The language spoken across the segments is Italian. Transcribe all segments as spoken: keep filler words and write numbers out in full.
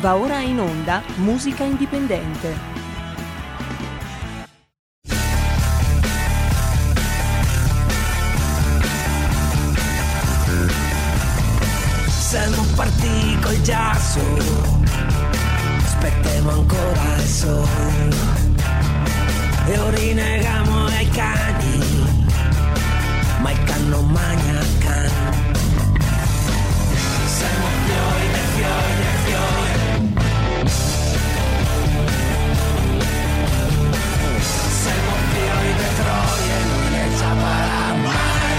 Va ora in onda Musica Indipendente. Siamo partiti col giasso, aspettiamo ancora il sole e orinegamo ai cani, ma il can non mangia il can. Siamo fiori dei fiori dei fiori, siamo fiori dei troie, non ne saprà mai.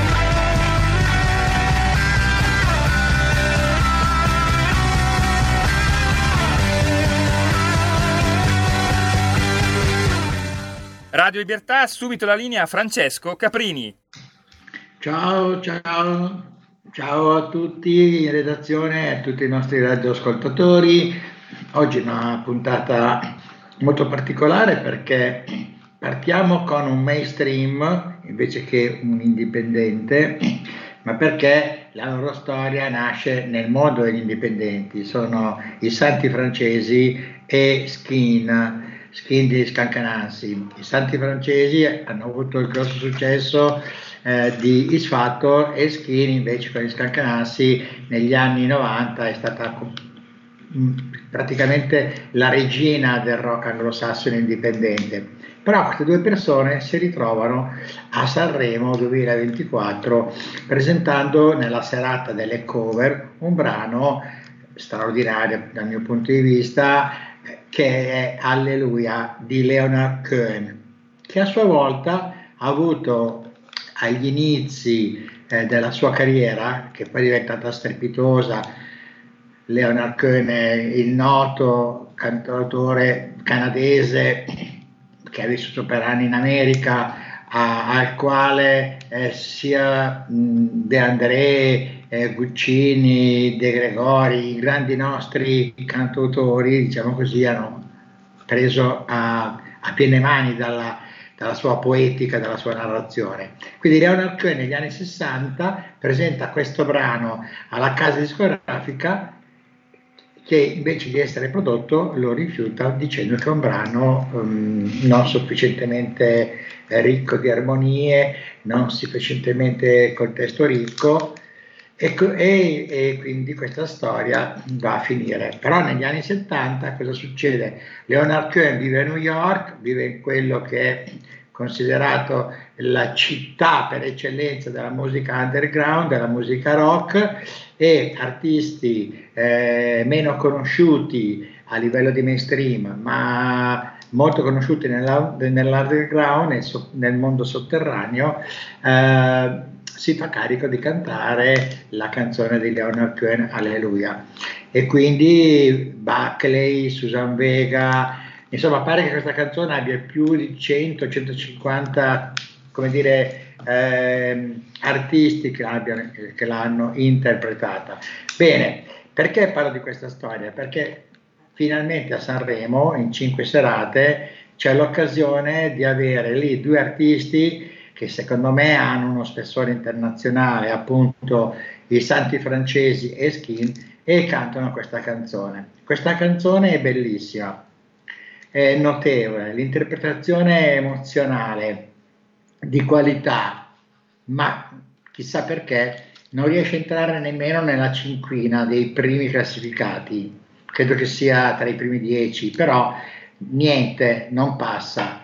Radio Libertà, subito la linea a Francesco Caprini. Ciao, ciao. Ciao a tutti in redazione e a tutti i nostri radioascoltatori. Oggi è una puntata molto particolare perché partiamo con un mainstream invece che un indipendente, ma perché la loro storia nasce nel mondo degli indipendenti. Sono i Santi Francesi e Skin, Skin di Scancanansi. I Santi Francesi hanno avuto il grosso successo Eh, di X Factor, e Skin invece con gli Scancanassi negli anni novanta è stata mh, praticamente la regina del rock anglosassone indipendente. Però queste due persone si ritrovano a Sanremo duemilaventiquattro presentando nella serata delle cover un brano straordinario dal mio punto di vista, che è Alleluia di Leonard Cohen, che a sua volta ha avuto agli inizi eh, della sua carriera, che poi è diventata strepitosa. Leonard Cohen è il noto cantautore canadese che ha vissuto per anni in America, a, al quale eh, sia mh, De André, eh, Guccini, De Gregori, i grandi nostri cantautori, diciamo così, hanno preso a, a piene mani dalla dalla sua poetica, dalla sua narrazione. Quindi Leonard Cohen negli anni sessanta presenta questo brano alla casa discografica, che invece di essere prodotto lo rifiuta dicendo che è un brano um, non sufficientemente ricco di armonie, non sufficientemente col testo ricco, e, e, e quindi questa storia va a finire. Però negli anni settanta cosa succede? Leonard Cohen vive a New York, vive in quello che è considerato la città per eccellenza della musica underground, della musica rock, e artisti eh, meno conosciuti a livello di mainstream, ma molto conosciuti nella, nell'underground, nel, nel mondo sotterraneo, eh, si fa carico di cantare la canzone di Leonard Cohen, Alleluia. E quindi Buckley, Susan Vega, insomma pare che questa canzone abbia più di cento centocinquanta, come dire, eh, artisti che, abbiano, che l'hanno interpretata. Bene, perché parlo di questa storia? Perché finalmente a Sanremo, in cinque serate, c'è l'occasione di avere lì due artisti che secondo me hanno uno spessore internazionale, appunto i Santi Francesi e Skin, e cantano questa canzone. Questa canzone è bellissima, è notevole, l'interpretazione è emozionale, di qualità, ma chissà perché non riesce a entrare nemmeno nella cinquina dei primi classificati, credo che sia tra i primi dieci, però niente, non passa.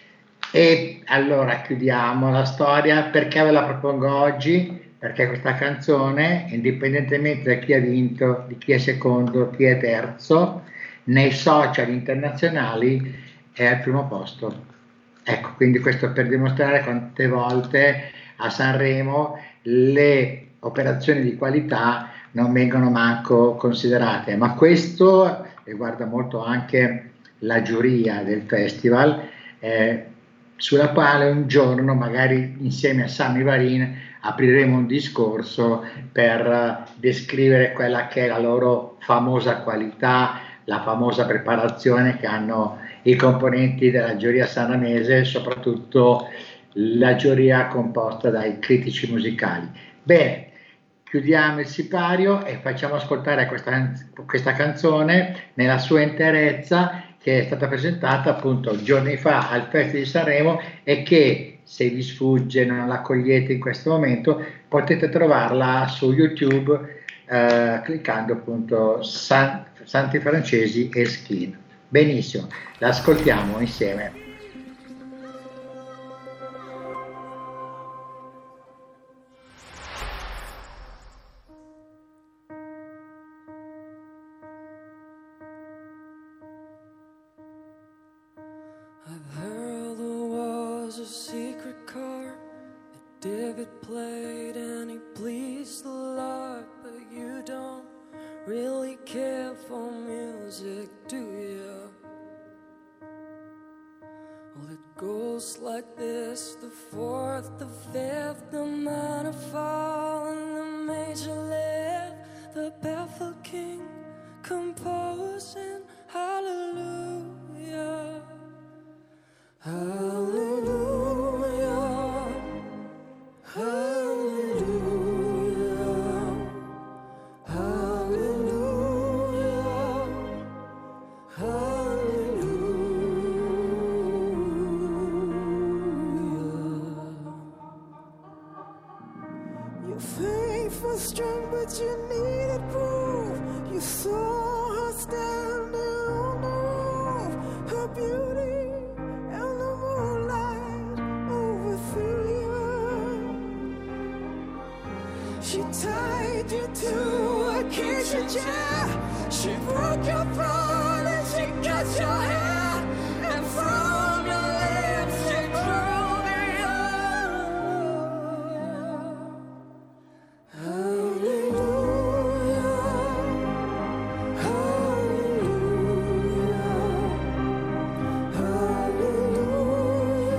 E allora chiudiamo la storia. Perché ve la propongo oggi? Perché questa canzone, indipendentemente da chi ha vinto, di chi è secondo, chi è terzo, nei social internazionali è al primo posto. Ecco, quindi questo per dimostrare quante volte a Sanremo le operazioni di qualità non vengono manco considerate, ma questo riguarda molto anche la giuria del festival, eh, sulla quale un giorno, magari insieme a Sammy Varin, apriremo un discorso per descrivere quella che è la loro famosa qualità, la famosa preparazione che hanno i componenti della giuria sanremese, soprattutto la giuria composta dai critici musicali. Bene, chiudiamo il sipario e facciamo ascoltare questa, questa canzone nella sua interezza, che è stata presentata appunto giorni fa al Festival di Sanremo e che, se vi sfugge, non la cogliete in questo momento, potete trovarla su YouTube eh, cliccando appunto San, Santi Francesi e Skin. Benissimo, l'ascoltiamo insieme. I've heard there was a secret chord that David played and he pleased the Lord, but you don't really care for music, do you? Well, it goes like this: the fourth, the fifth, the minor fall, and the major lift, the baffled king composing hallelujah. Hallelujah, hallelujah, hallelujah, hallelujah. Your faith was strong, but you needed proof. You saw her standing on the roof, her beauty. She tied you to a kitchen chair. She broke your throat and she cut your hair. And from your lips she drew the air. Hallelujah, hallelujah, hallelujah,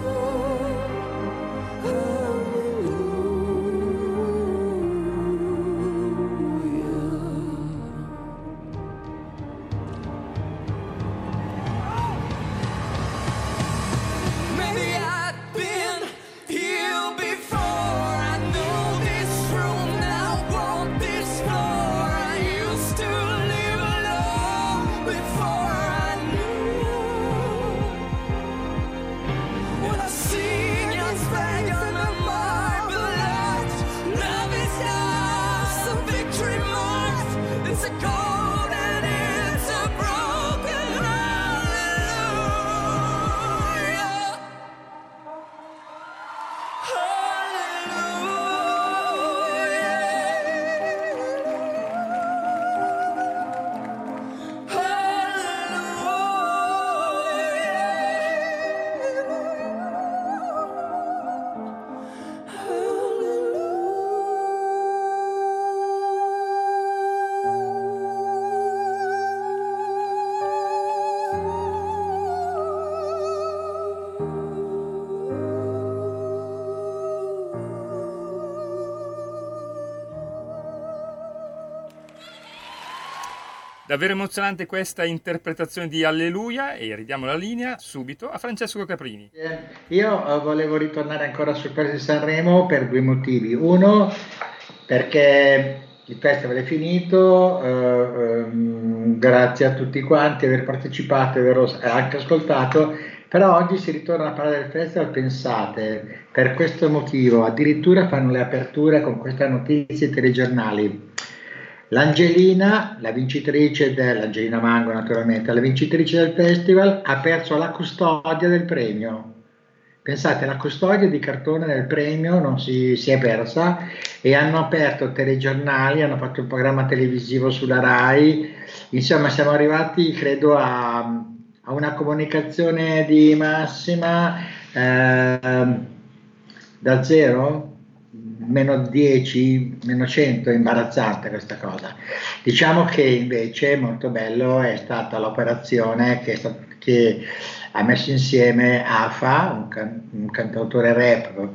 Davvero emozionante questa interpretazione di Alleluia, e ridiamo la linea subito a Francesco Caprini. Io volevo ritornare ancora sul Festival di Sanremo per due motivi. Uno, perché il festival è finito, eh, ehm, grazie a tutti quanti aver partecipato e aver anche ascoltato, però oggi si ritorna a parlare del festival. Pensate, per questo motivo addirittura fanno le aperture con queste notizie ai telegiornali. L'Angelina, la vincitrice dell'Angelina Mango naturalmente, la vincitrice del festival, ha perso la custodia del premio. Pensate, la custodia di cartone del premio non si, si è persa, e hanno aperto telegiornali, hanno fatto un programma televisivo sulla Rai. Insomma, siamo arrivati, credo, a, a una comunicazione di massima eh, da zero, meno dieci, meno cento, è imbarazzante questa cosa. Diciamo che invece molto bello è stata l'operazione che, è stata, che ha messo insieme Afa, un, can, un cantautore rap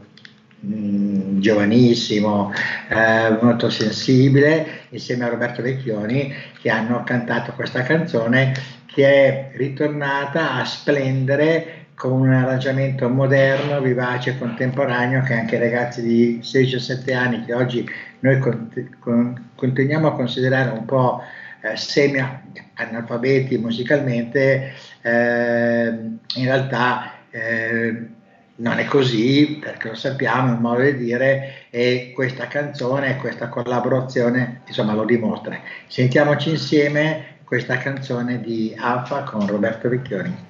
mh, giovanissimo, eh, molto sensibile, insieme a Roberto Vecchioni, che hanno cantato questa canzone che è ritornata a splendere con un arrangiamento moderno, vivace, contemporaneo, che anche i ragazzi di sedici diciassette anni, che oggi noi con, con, continuiamo a considerare un po' eh, semi-analfabeti musicalmente, eh, in realtà eh, non è così, perché lo sappiamo, è un modo di dire, e questa canzone, questa collaborazione, insomma, lo dimostra. Sentiamoci insieme questa canzone di Alfa con Roberto Vecchioni.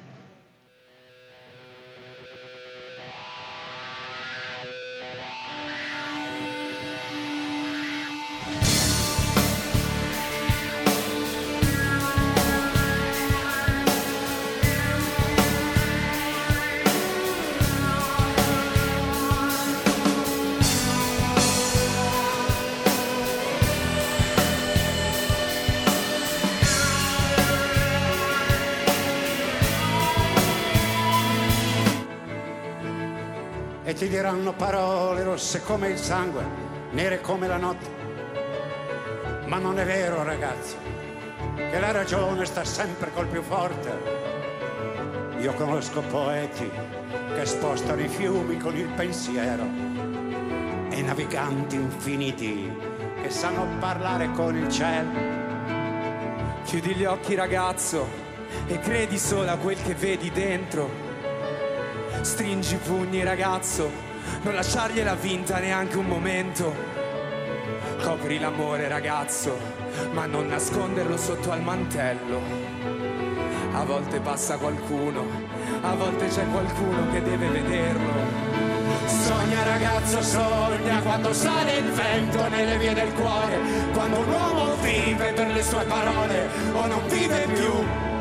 E ti diranno parole rosse come il sangue, nere come la notte. Ma non è vero, ragazzo, che la ragione sta sempre col più forte. Io conosco poeti che spostano i fiumi con il pensiero e naviganti infiniti che sanno parlare con il cielo. Chiudi gli occhi, ragazzo, e credi solo a quel che vedi dentro. Stringi i pugni, ragazzo, non lasciargliela vinta neanche un momento. Copri l'amore, ragazzo, ma non nasconderlo sotto al mantello. A volte passa qualcuno, a volte c'è qualcuno che deve vederlo. Sogna, ragazzo, sogna quando sale il vento nelle vie del cuore, quando un uomo vive per le sue parole o non vive più.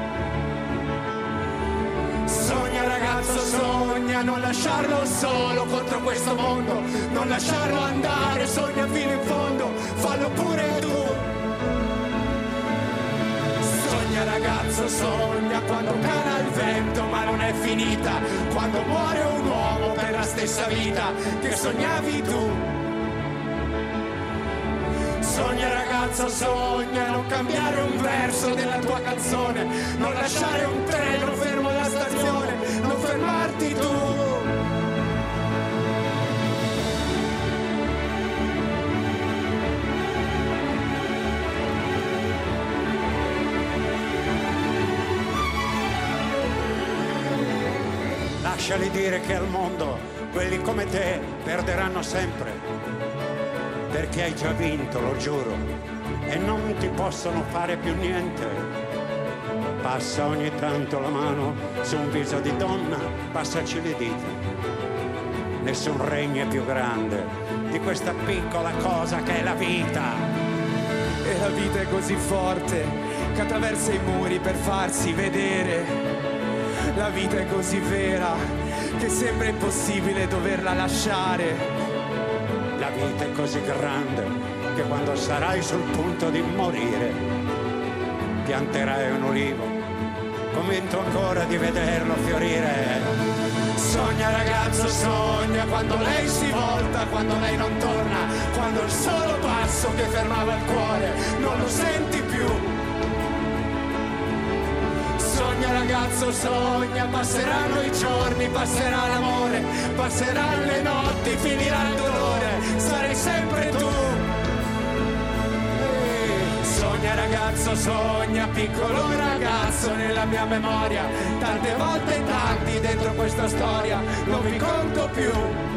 Sogna, ragazzo, sogna, non lasciarlo solo contro questo mondo, non lasciarlo andare, sogna fino in fondo, fallo pure tu. Sogna, ragazzo, sogna quando cala il vento ma non è finita, quando muore un uomo per la stessa vita che sognavi tu. Sogna, ragazzo, sogna, non cambiare un verso della tua canzone, non lasciare un treno fermo alla stazione, non fermarti tu. Lasciali dire che al mondo quelli come te perderanno sempre, perché hai già vinto, lo giuro, e non ti possono fare più niente. Passa ogni tanto la mano su un viso di donna, passaci le dita. Nessun regno è più grande di questa piccola cosa che è la vita. E la vita è così forte che attraversa i muri per farsi vedere. La vita è così vera che sembra impossibile doverla lasciare. La vita è così grande che quando sarai sul punto di morire pianterai un ulivo, convinto ancora di vederlo fiorire. Sogna, ragazzo, sogna quando lei si volta, quando lei non torna, quando il solo passo che fermava il cuore non lo senti più. Sogna, ragazzo, sogna, passeranno i giorni, passerà l'amore, passeranno le notti, finirà il dolore, sarai sempre tu. Sogna, ragazzo, sogna, piccolo ragazzo nella mia memoria, tante volte tanti dentro questa storia, non vi conto più.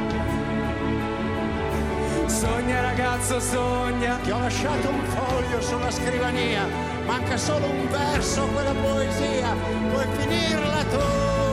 Sogna, ragazzo, sogna, ti ho lasciato un foglio sulla scrivania, manca solo un verso, quella poesia, puoi finirla tu.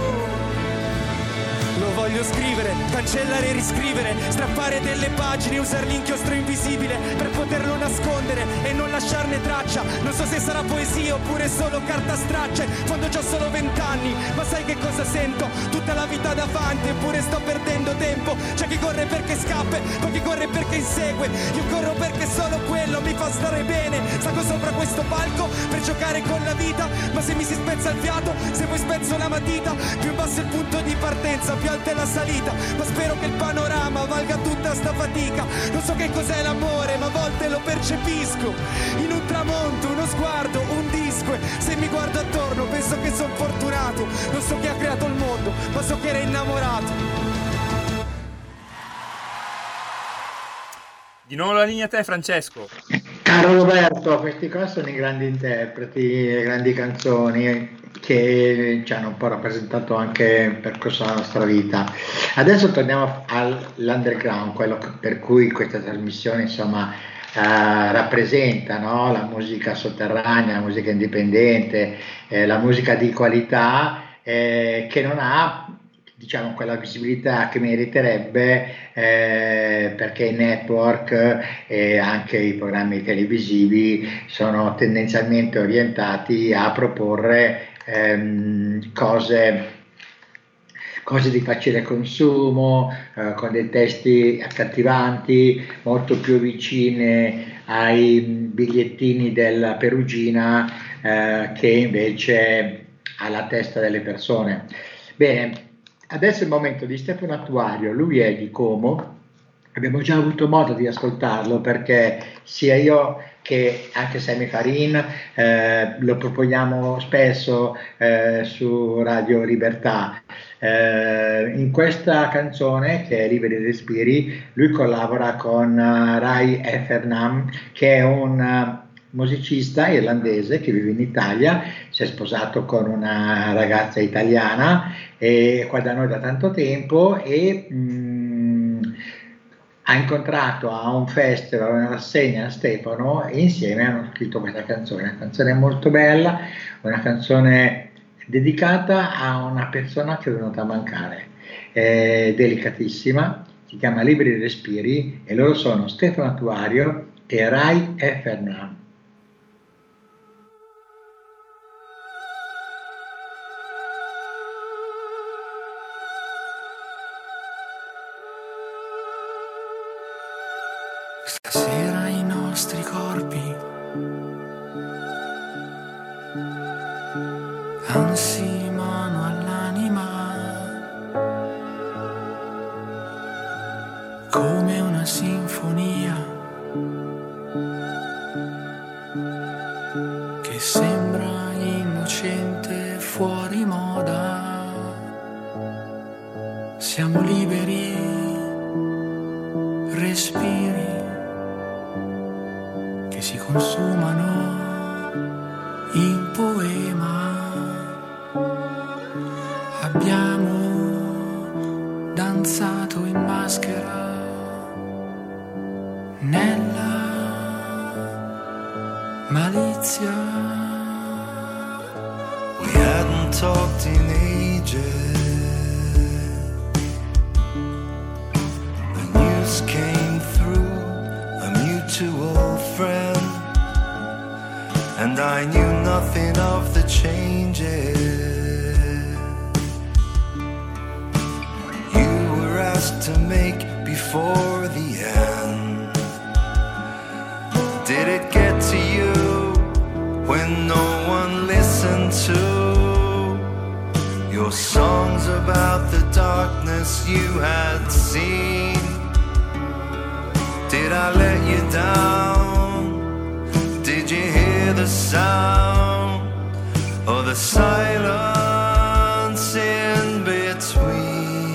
Lo voglio scrivere, cancellare e riscrivere, strappare delle pagine, usare l'inchiostro invisibile per poterlo nascondere e non lasciarne traccia. Non so se sarà poesia oppure solo carta straccia. Quando ho solo vent'anni, ma sai che cosa sento? Tutta la vita davanti eppure sto perdendo tempo. C'è chi corre perché scappa, poi chi corre perché insegue. Io corro perché solo quello mi fa stare bene. Salgo sopra questo palco per giocare con la vita, ma se mi si spezza il fiato, se poi spezzo la matita, più in basso è il punto di partenza, più alta è la salita. Ma spero che il panorama valga tutta sta fatica. Non so che cos'è l'amore, ma a volte lo percepisco in un tramonto, uno sguardo, un disco. E se mi guardo attorno penso che sono fortunato nato. Non so chi ha creato il mondo, ma so che era innamorato. Di nuovo la linea a te, Francesco. Caro Roberto, questi qua sono i grandi interpreti, le grandi canzoni che ci hanno un po' rappresentato anche il percorso della nostra vita. Adesso torniamo all'underground, quello per cui questa trasmissione insomma eh, rappresenta, no? La musica sotterranea, la musica indipendente, eh, la musica di qualità eh, che non ha, diciamo, quella visibilità che meriterebbe eh, perché i network e anche i programmi televisivi sono tendenzialmente orientati a proporre ehm, cose, cose di facile consumo, eh, con dei testi accattivanti, molto più vicine ai bigliettini della Perugina eh, che invece alla testa delle persone. Bene. Adesso è il momento di Stefano Attuario, lui è di Como, abbiamo già avuto modo di ascoltarlo perché sia io che anche Sammy Farin eh, lo proponiamo spesso eh, su Radio Libertà. Eh, in questa canzone, che è Liberi Respiri, lui collabora con uh, Rai Efernam, che è un uh, musicista irlandese che vive in Italia, si è sposato con una ragazza italiana e qua da noi da tanto tempo e mh, ha incontrato a un festival, una rassegna a Stefano e insieme hanno scritto questa canzone, una canzone molto bella, una canzone dedicata a una persona che è venuta a mancare, è delicatissima, si chiama Liberi Respiri e loro sono Stefano Attuario e Rai Efernam. Stasera i nostri corpi anzi mano all'anima, come una sinfonia che sembra innocente fuori moda. Siamo liberi, respiri che si consumano in poema. Abbiamo danzato in maschera nella malizia. We hadn't talked in ages. The news came through, a mutual friend, and I knew nothing of the changes. You were asked to make before the end. Did it get to you when no one listened to your songs about the darkness you had seen? Did I let you down? Did you hear the sound or the silence in between?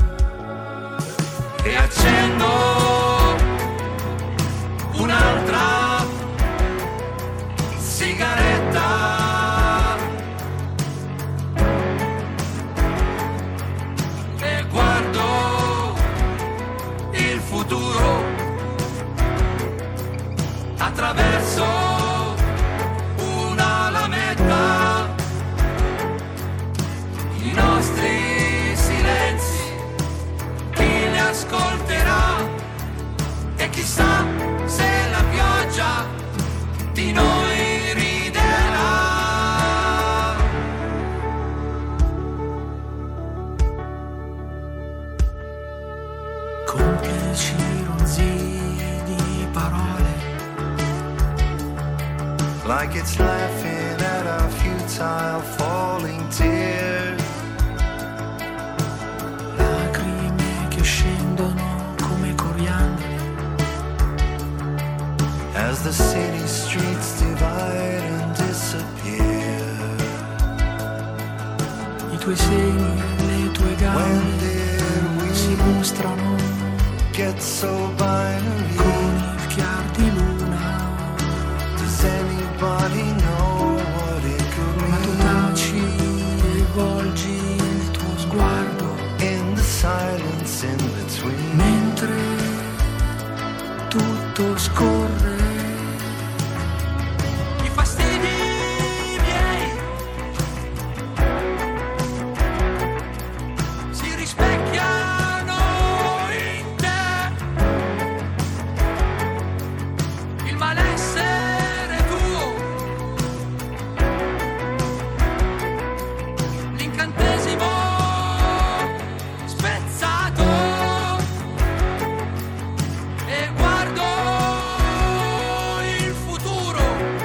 E accendo un'altra sigaretta e guardo il futuro attraverso una lametta, i nostri silenzi, chi li ascolterà e chissà se la pioggia di noi riderà. Complici ronzii di parole, like it's laughing at our futile falling tears. Lacrime che scendono come coriandoli as the city streets divide and disappear. tuoi seni, le tue gambe si mostrano get so binary con il chiar di luna. Does anybody know what it could Ma tu mean? taci e volgi il tuo sguardo In the silence in between, mentre tutto scorre. I fastidi miei si rispecchiano in te, il malessere tuo, l'incantesimo spezzato, e guardo il futuro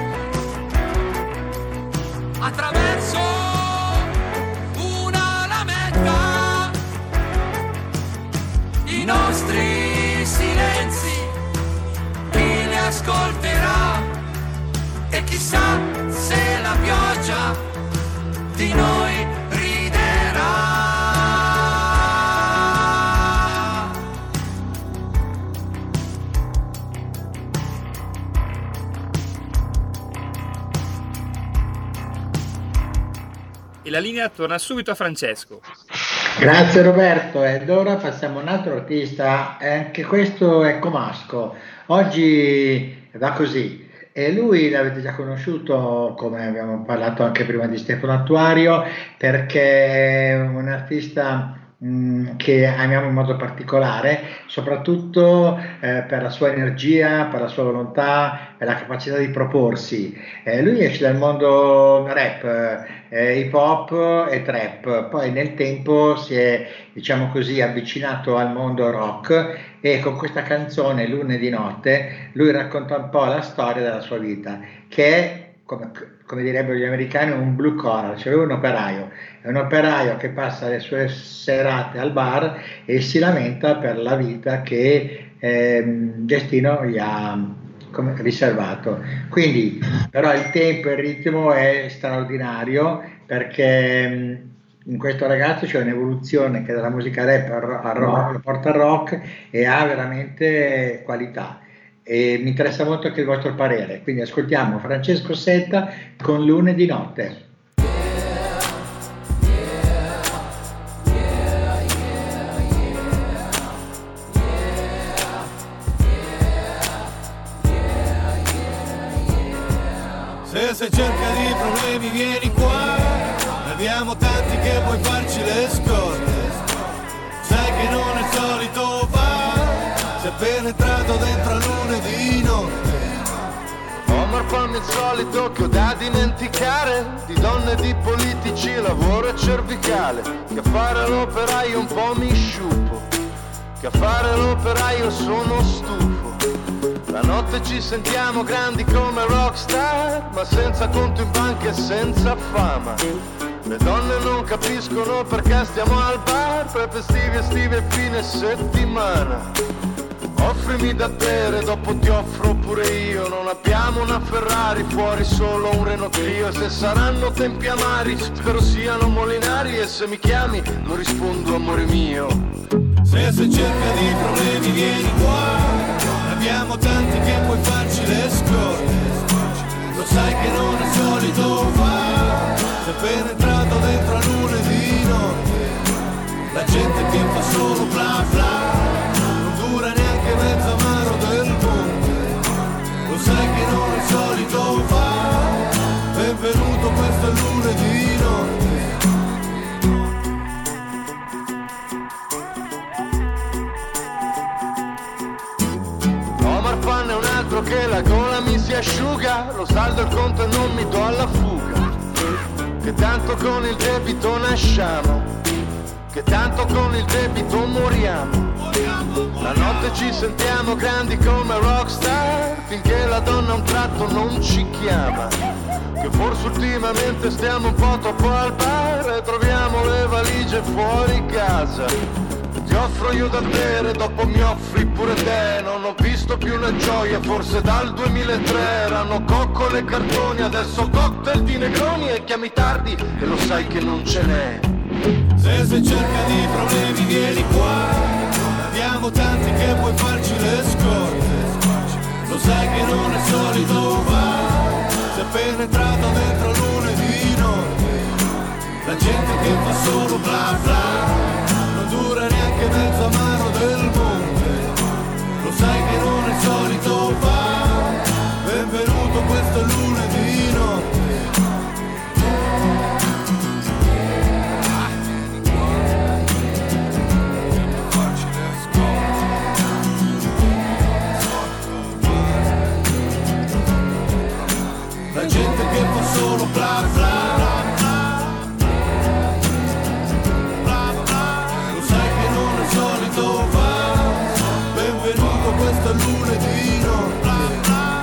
attraverso una lametta. I nostri silenzi chi li ascolterà, e chissà se la pioggia di noi riderà. E la linea torna subito a Francesco. Grazie Roberto, ed ora passiamo a un altro artista, e anche questo è comasco. Oggi va così, e lui l'avete già conosciuto, come abbiamo parlato anche prima di Stefano Attuario, perché è un artista mh, che amiamo in modo particolare, soprattutto eh, per la sua energia, per la sua volontà, per la capacità di proporsi. Eh, lui esce dal mondo rap, eh, hip hop e trap, poi nel tempo si è, diciamo così, avvicinato al mondo rock, e con questa canzone Lunedì notte lui racconta un po' la storia della sua vita, che è, come, come direbbero gli americani, un blue collar, cioè lui è un operaio, è un operaio che passa le sue serate al bar e si lamenta per la vita che eh, destino gli ha come riservato. Quindi però il tempo e il ritmo è straordinario, perché in questo ragazzo c'è un'evoluzione che dalla musica rap al rock, lo porta al rock, e ha veramente qualità, e mi interessa molto anche il vostro parere, quindi ascoltiamo Francesco Setta con Lunedì notte. Se sei cerca di problemi vieni qua, ne abbiamo tanti che puoi farci le scorte. Sai che non è il solito bar, sei penetrato dentro a lunedì notte. Omar Pan il solito che ho da dimenticare, di donne, di politici, lavoro e cervicale. Che a fare l'operaio un po' mi sciupo, che a fare l'operaio sono stufo. La notte ci sentiamo grandi come rockstar, ma senza conto in banca e senza fama. Le donne non capiscono perché stiamo al bar, tra festivi estivi e fine settimana. Offrimi da bere, dopo ti offro pure io. Non abbiamo una Ferrari, fuori solo un Renault Clio. Se saranno tempi amari, spero siano molinari, e se mi chiami non rispondo amore mio. Se sei cerca di problemi vieni qua, abbiamo tanti che puoi farci le scorte. Lo sai che non è solito far, sei penetrato dentro a lunedì notte. La gente che fa solo bla bla, non dura neanche mezzo amaro del monte. Lo sai che non è solito far, benvenuto, questo è lunedì notte. Fan è un altro che la gola mi si asciuga, lo saldo il conto e non mi do alla fuga. Che tanto con il debito nasciamo, che tanto con il debito moriamo. La notte ci sentiamo grandi come rockstar, finché la donna a un tratto non ci chiama. Che forse ultimamente stiamo un po' troppo al bar e troviamo le valigie fuori casa. Ti offro io da bere, dopo mi offri pure te. Non ho visto più una gioia, forse dal duemilatré. Erano coccole e cartoni, adesso cocktail di negroni. E chiami tardi e lo sai che non ce n'è. Se sei cerca di problemi vieni qua, abbiamo tanti che puoi farci le scorte. Lo sai che non è solito va, sei penetrato dentro lunedì notte. La gente che fa solo bla bla, non dura neanche mezzo amaro del monte. Lo sai che non è solito va, benvenuto questo lunedì notte. La gente che fa solo bla bla, bla bla, lo sai che non è solito va, benvenuto questo lunedì notte.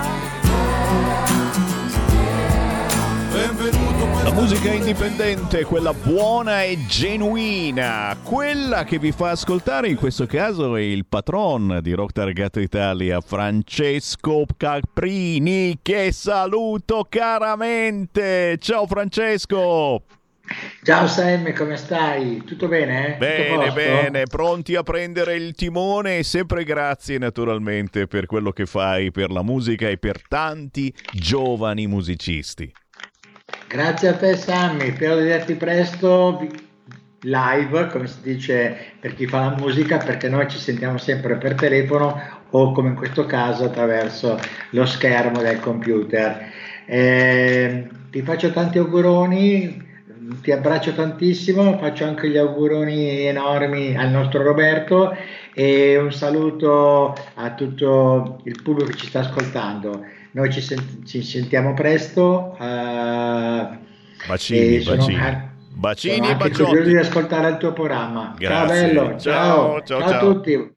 Benvenuto questo La musica indipendente, quella buona e genuina, quella che vi fa ascoltare in questo caso è il patron di Rock Targato Italia, Francesco Caprini, che saluto caramente. Ciao Francesco! Ciao Sam, come stai? Tutto bene? Eh? Bene, Tutto bene, pronti a prendere il timone e sempre grazie naturalmente per quello che fai per la musica e per tanti giovani musicisti. Grazie a te Sammy, spero di vederti presto live, come si dice per chi fa la musica, perché noi ci sentiamo sempre per telefono o come in questo caso attraverso lo schermo del computer. Eh, ti faccio tanti auguroni, ti abbraccio tantissimo, faccio anche gli auguroni enormi al nostro Roberto e un saluto a tutto il pubblico che ci sta ascoltando. Noi ci, sent- ci sentiamo presto. Uh, bacini, sono, bacini. a- Bacini sono e anche baciotti. curioso di ascoltare il tuo programma. Grazie. Ciao bello, ciao, Ciao, ciao, ciao, ciao. a tutti.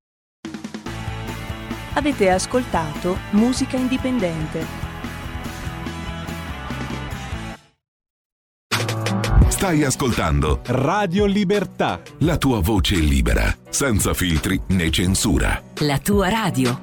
Avete ascoltato Musica Indipendente. Stai ascoltando Radio Libertà, la tua voce libera, senza filtri né censura. La tua radio.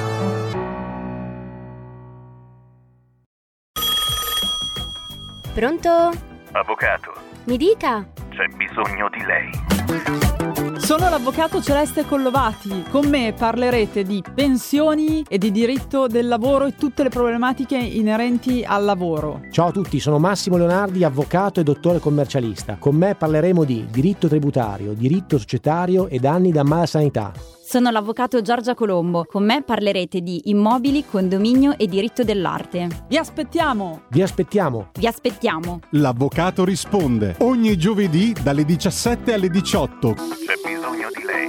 Pronto? Avvocato, Mi dica. c'è bisogno di lei. Sono l'avvocato Celeste Collovati. Con me parlerete di pensioni e di diritto del lavoro e tutte le problematiche inerenti al lavoro. Ciao a tutti, sono Massimo Leonardi, avvocato e dottore commercialista. Con me parleremo di diritto tributario, diritto societario e danni da malasanità. Sono l'avvocato Giorgia Colombo. Con me parlerete di immobili, condominio e diritto dell'arte. Vi aspettiamo! Vi aspettiamo! Vi aspettiamo! L'avvocato risponde ogni giovedì dalle diciassette alle diciotto. C'è bisogno di lei.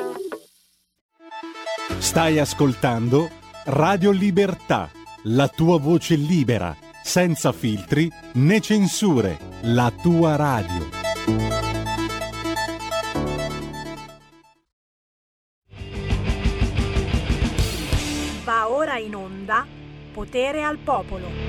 Stai ascoltando Radio Libertà, la tua voce libera, senza filtri né censure, la tua radio. Va ora in onda Potere al Popolo.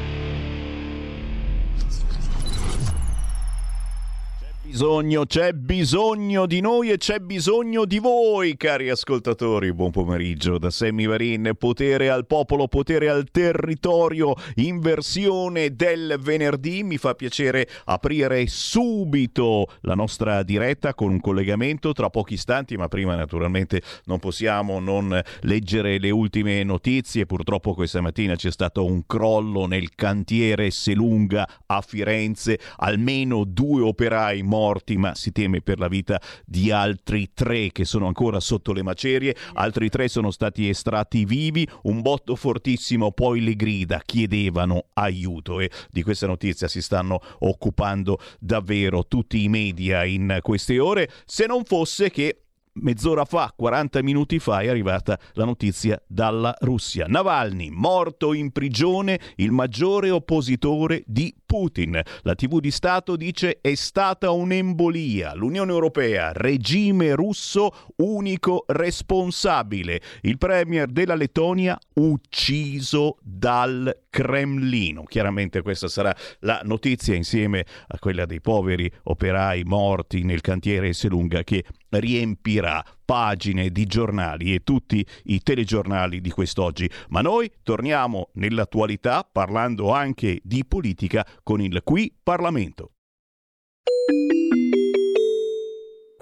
Bisogno, c'è bisogno di noi e c'è bisogno di voi, cari ascoltatori. Buon pomeriggio da Sammy Varin. Potere al popolo, potere al territorio, in versione del venerdì. Mi fa piacere aprire subito la nostra diretta con un collegamento tra pochi istanti, ma prima naturalmente non possiamo non leggere le ultime notizie. Purtroppo questa mattina c'è stato un crollo nel cantiere Esselunga a Firenze, almeno due operai morti, ma si teme per la vita di altri tre che sono ancora sotto le macerie. Altri tre sono stati estratti vivi, un botto fortissimo, poi le grida chiedevano aiuto, e di questa notizia si stanno occupando davvero tutti i media in queste ore, se non fosse che mezz'ora fa, quaranta minuti fa, è arrivata la notizia dalla Russia. Navalny, morto in prigione, il maggiore oppositore di Putin. La tivù di Stato dice è stata un'embolia. L'Unione Europea, regime russo unico responsabile. Il premier della Lettonia ucciso dal Cremlino. Chiaramente questa sarà la notizia, insieme a quella dei poveri operai morti nel cantiere Esselunga, che riempirà pagine di giornali e tutti i telegiornali di quest'oggi. Ma noi torniamo nell'attualità parlando anche di politica con il Qui Parlamento.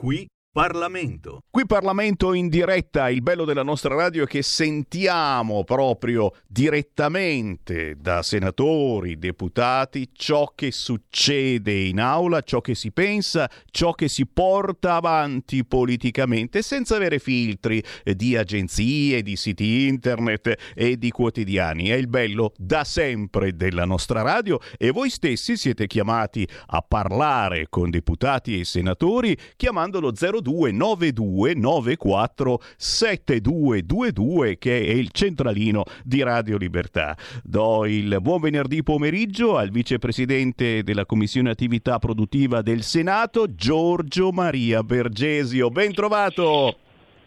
Qui Parlamento. Qui Parlamento in diretta. Il bello della nostra radio è che sentiamo proprio direttamente da senatori, deputati, ciò che succede in aula, ciò che si pensa, ciò che si porta avanti politicamente, senza avere filtri di agenzie, di siti internet e di quotidiani. È il bello da sempre della nostra radio, e voi stessi siete chiamati a parlare con deputati e senatori chiamandolo zero due nove due nove quattro sette due due due, che è il centralino di Radio Libertà. Do il buon venerdì pomeriggio al vicepresidente della Commissione Attività Produttiva del Senato, Giorgio Maria Bergesio. Ben trovato!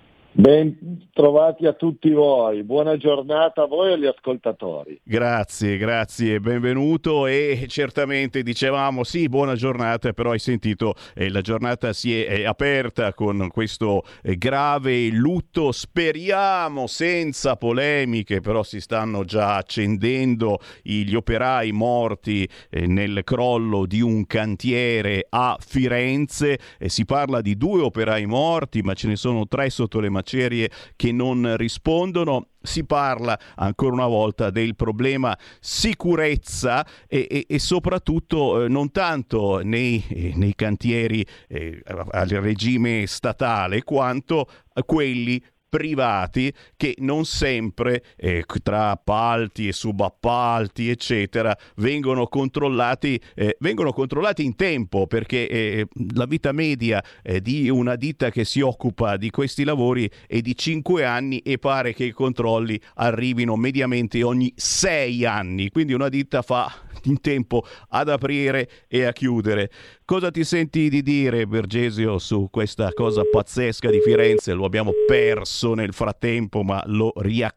Ben trovati a tutti voi, buona giornata a voi e agli ascoltatori. Grazie, grazie, benvenuto. E certamente dicevamo sì, buona giornata, però hai sentito eh, la giornata si è, è aperta con questo eh, grave lutto, speriamo senza polemiche, però si stanno già accendendo gli operai morti eh, nel crollo di un cantiere a Firenze. Eh, si parla di due operai morti, ma ce ne sono tre sotto le macerie che non rispondono. Si parla ancora una volta del problema sicurezza e, e, e soprattutto eh, non tanto nei, eh, nei cantieri eh, al regime statale, quanto a quelli privati che non sempre eh, tra appalti e subappalti eccetera vengono controllati eh, vengono controllati in tempo, perché eh, la vita media eh, di una ditta che si occupa di questi lavori è di cinque anni e pare che i controlli arrivino mediamente ogni sei anni, quindi una ditta fa in tempo ad aprire e a chiudere. Cosa ti senti di dire, Bergesio, su questa cosa pazzesca di Firenze? Lo abbiamo perso nel frattempo, ma lo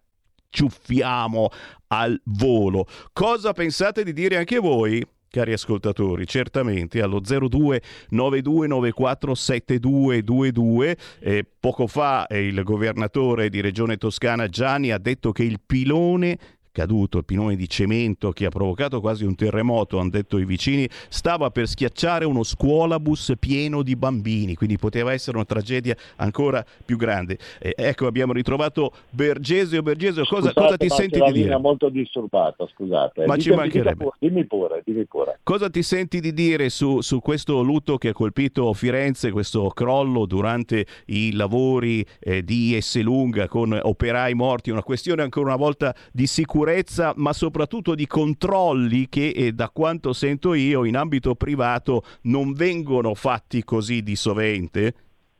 riacciuffiamo al volo. Cosa pensate di dire anche voi, cari ascoltatori? Certamente allo zero due nove due nove quattro sette due due due. Eh, poco fa eh, il governatore di Regione Toscana Gianni ha detto che il pilone caduto, il pilone di cemento che ha provocato quasi un terremoto, hanno detto i vicini, stava per schiacciare uno scuolabus pieno di bambini, quindi poteva essere una tragedia ancora più grande. Eh, ecco, abbiamo ritrovato Bergesio. Bergesio, cosa, Scusate, cosa ti ma senti la di linea dire? È molto disturbata, scusate. Ma Ditemi, ci mancherebbe. Pure, dimmi pure, dimmi pure. Cosa ti senti di dire su, su questo lutto che ha colpito Firenze, questo crollo durante i lavori eh, di Esselunga con operai morti, una questione ancora una volta di sicurezza, ma soprattutto di controlli che, eh, da quanto sento io, in ambito privato non vengono fatti così di sovente?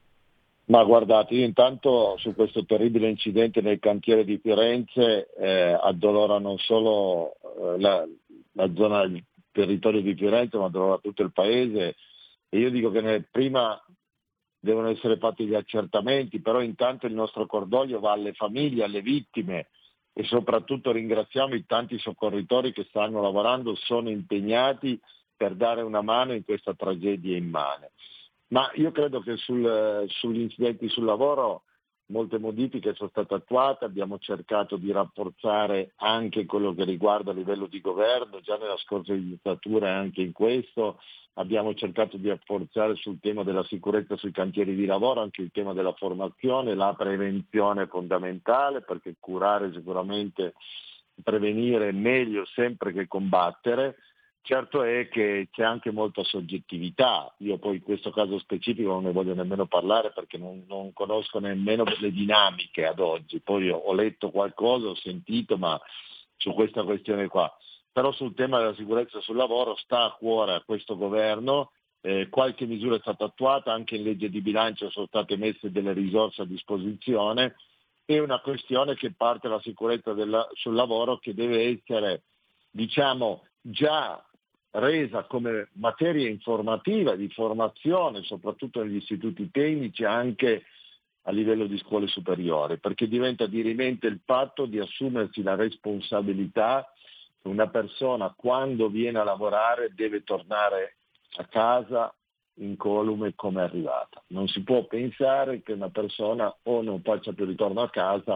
Ma guardate, io intanto su questo terribile incidente nel cantiere di Firenze eh, addolora non solo eh, la, la zona, il territorio di Firenze, ma addolora tutto il paese, e io dico che nel, prima devono essere fatti gli accertamenti, però intanto il nostro cordoglio va alle famiglie, alle vittime, e soprattutto ringraziamo i tanti soccorritori che stanno lavorando, sono impegnati per dare una mano in questa tragedia immane. Ma io credo che sul, sugli incidenti sul lavoro molte modifiche sono state attuate, abbiamo cercato di rafforzare anche quello che riguarda a livello di governo, già nella scorsa legislatura e anche in questo abbiamo cercato di rafforzare sul tema della sicurezza sui cantieri di lavoro, anche il tema della formazione, la prevenzione è fondamentale, perché curare sicuramente, prevenire è meglio sempre che combattere. Certo è che c'è anche molta soggettività, io poi in questo caso specifico non ne voglio nemmeno parlare perché non, non conosco nemmeno le dinamiche ad oggi, poi ho, ho letto qualcosa, ho sentito, ma su questa questione qua. Però sul tema della sicurezza sul lavoro sta a cuore a questo governo, eh, qualche misura è stata attuata, anche in legge di bilancio sono state messe delle risorse a disposizione, è una questione che parte dalla sicurezza della, sul lavoro che deve essere, diciamo, già resa come materia informativa, di formazione, soprattutto negli istituti tecnici, anche a livello di scuole superiori, perché diventa dirimente il fatto di assumersi la responsabilità che una persona quando viene a lavorare deve tornare a casa incolume come è arrivata. Non si può pensare che una persona o non faccia più ritorno a casa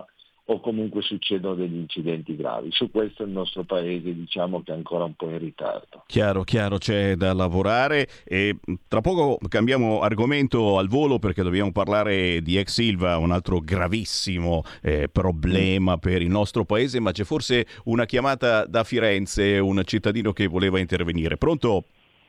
o comunque succedono degli incidenti gravi. Su questo il nostro paese diciamo che è ancora un po' in ritardo. Chiaro, chiaro, c'è da lavorare e tra poco cambiamo argomento al volo perché dobbiamo parlare di ex Ilva, un altro gravissimo eh, problema per il nostro paese, ma c'è forse una chiamata da Firenze, un cittadino che voleva intervenire. Pronto?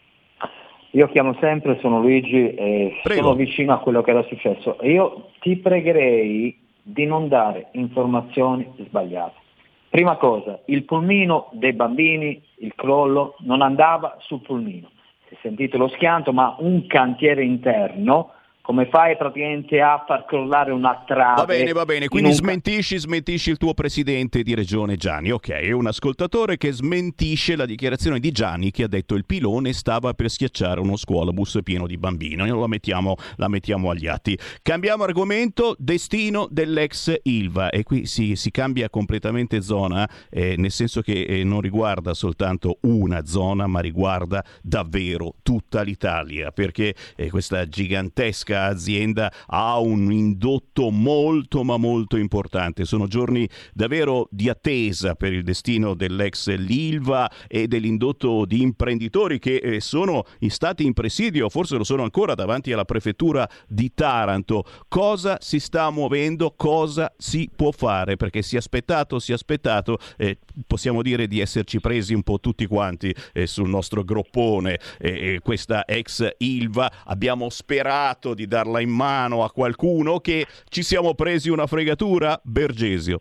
Io chiamo sempre, sono Luigi e Prego. sono vicino a quello che era successo. E io ti pregherei di non dare informazioni sbagliate. Prima cosa, il pulmino dei bambini, il crollo, non andava sul pulmino. Si sentite lo schianto, ma un cantiere interno, come fai praticamente a far crollare una trave? Va bene, va bene, quindi un... smentisci, smentisci il tuo presidente di regione Gianni, ok, è un ascoltatore che smentisce la dichiarazione di Gianni che ha detto il pilone stava per schiacciare uno scuolabus pieno di bambini, noi la mettiamo, la mettiamo agli atti. Cambiamo argomento, destino dell'ex Ilva, e qui si, si cambia completamente zona, eh, nel senso che eh, non riguarda soltanto una zona, ma riguarda davvero tutta l'Italia, perché eh, questa gigantesca azienda ha un indotto molto ma molto importante. Sono giorni davvero di attesa per il destino dell'ex Ilva e dell'indotto di imprenditori che eh, sono stati in presidio, forse lo sono ancora, davanti alla prefettura di Taranto. Cosa si sta muovendo? Cosa si può fare? Perché si è aspettato, si è aspettato, eh, possiamo dire di esserci presi un po' tutti quanti eh, sul nostro groppone eh, questa ex Ilva. Abbiamo sperato di darla in mano a qualcuno, che ci siamo presi una fregatura? Bergesio.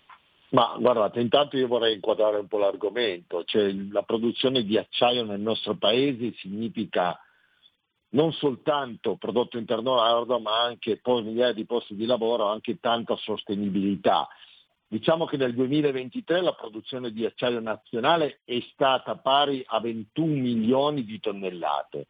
Ma guardate, intanto io vorrei inquadrare un po' l'argomento, cioè la produzione di acciaio nel nostro paese significa non soltanto prodotto interno lordo, ma anche poi migliaia di posti di lavoro, anche tanta sostenibilità. Diciamo che nel duemilaventitré la produzione di acciaio nazionale è stata pari a ventuno milioni di tonnellate.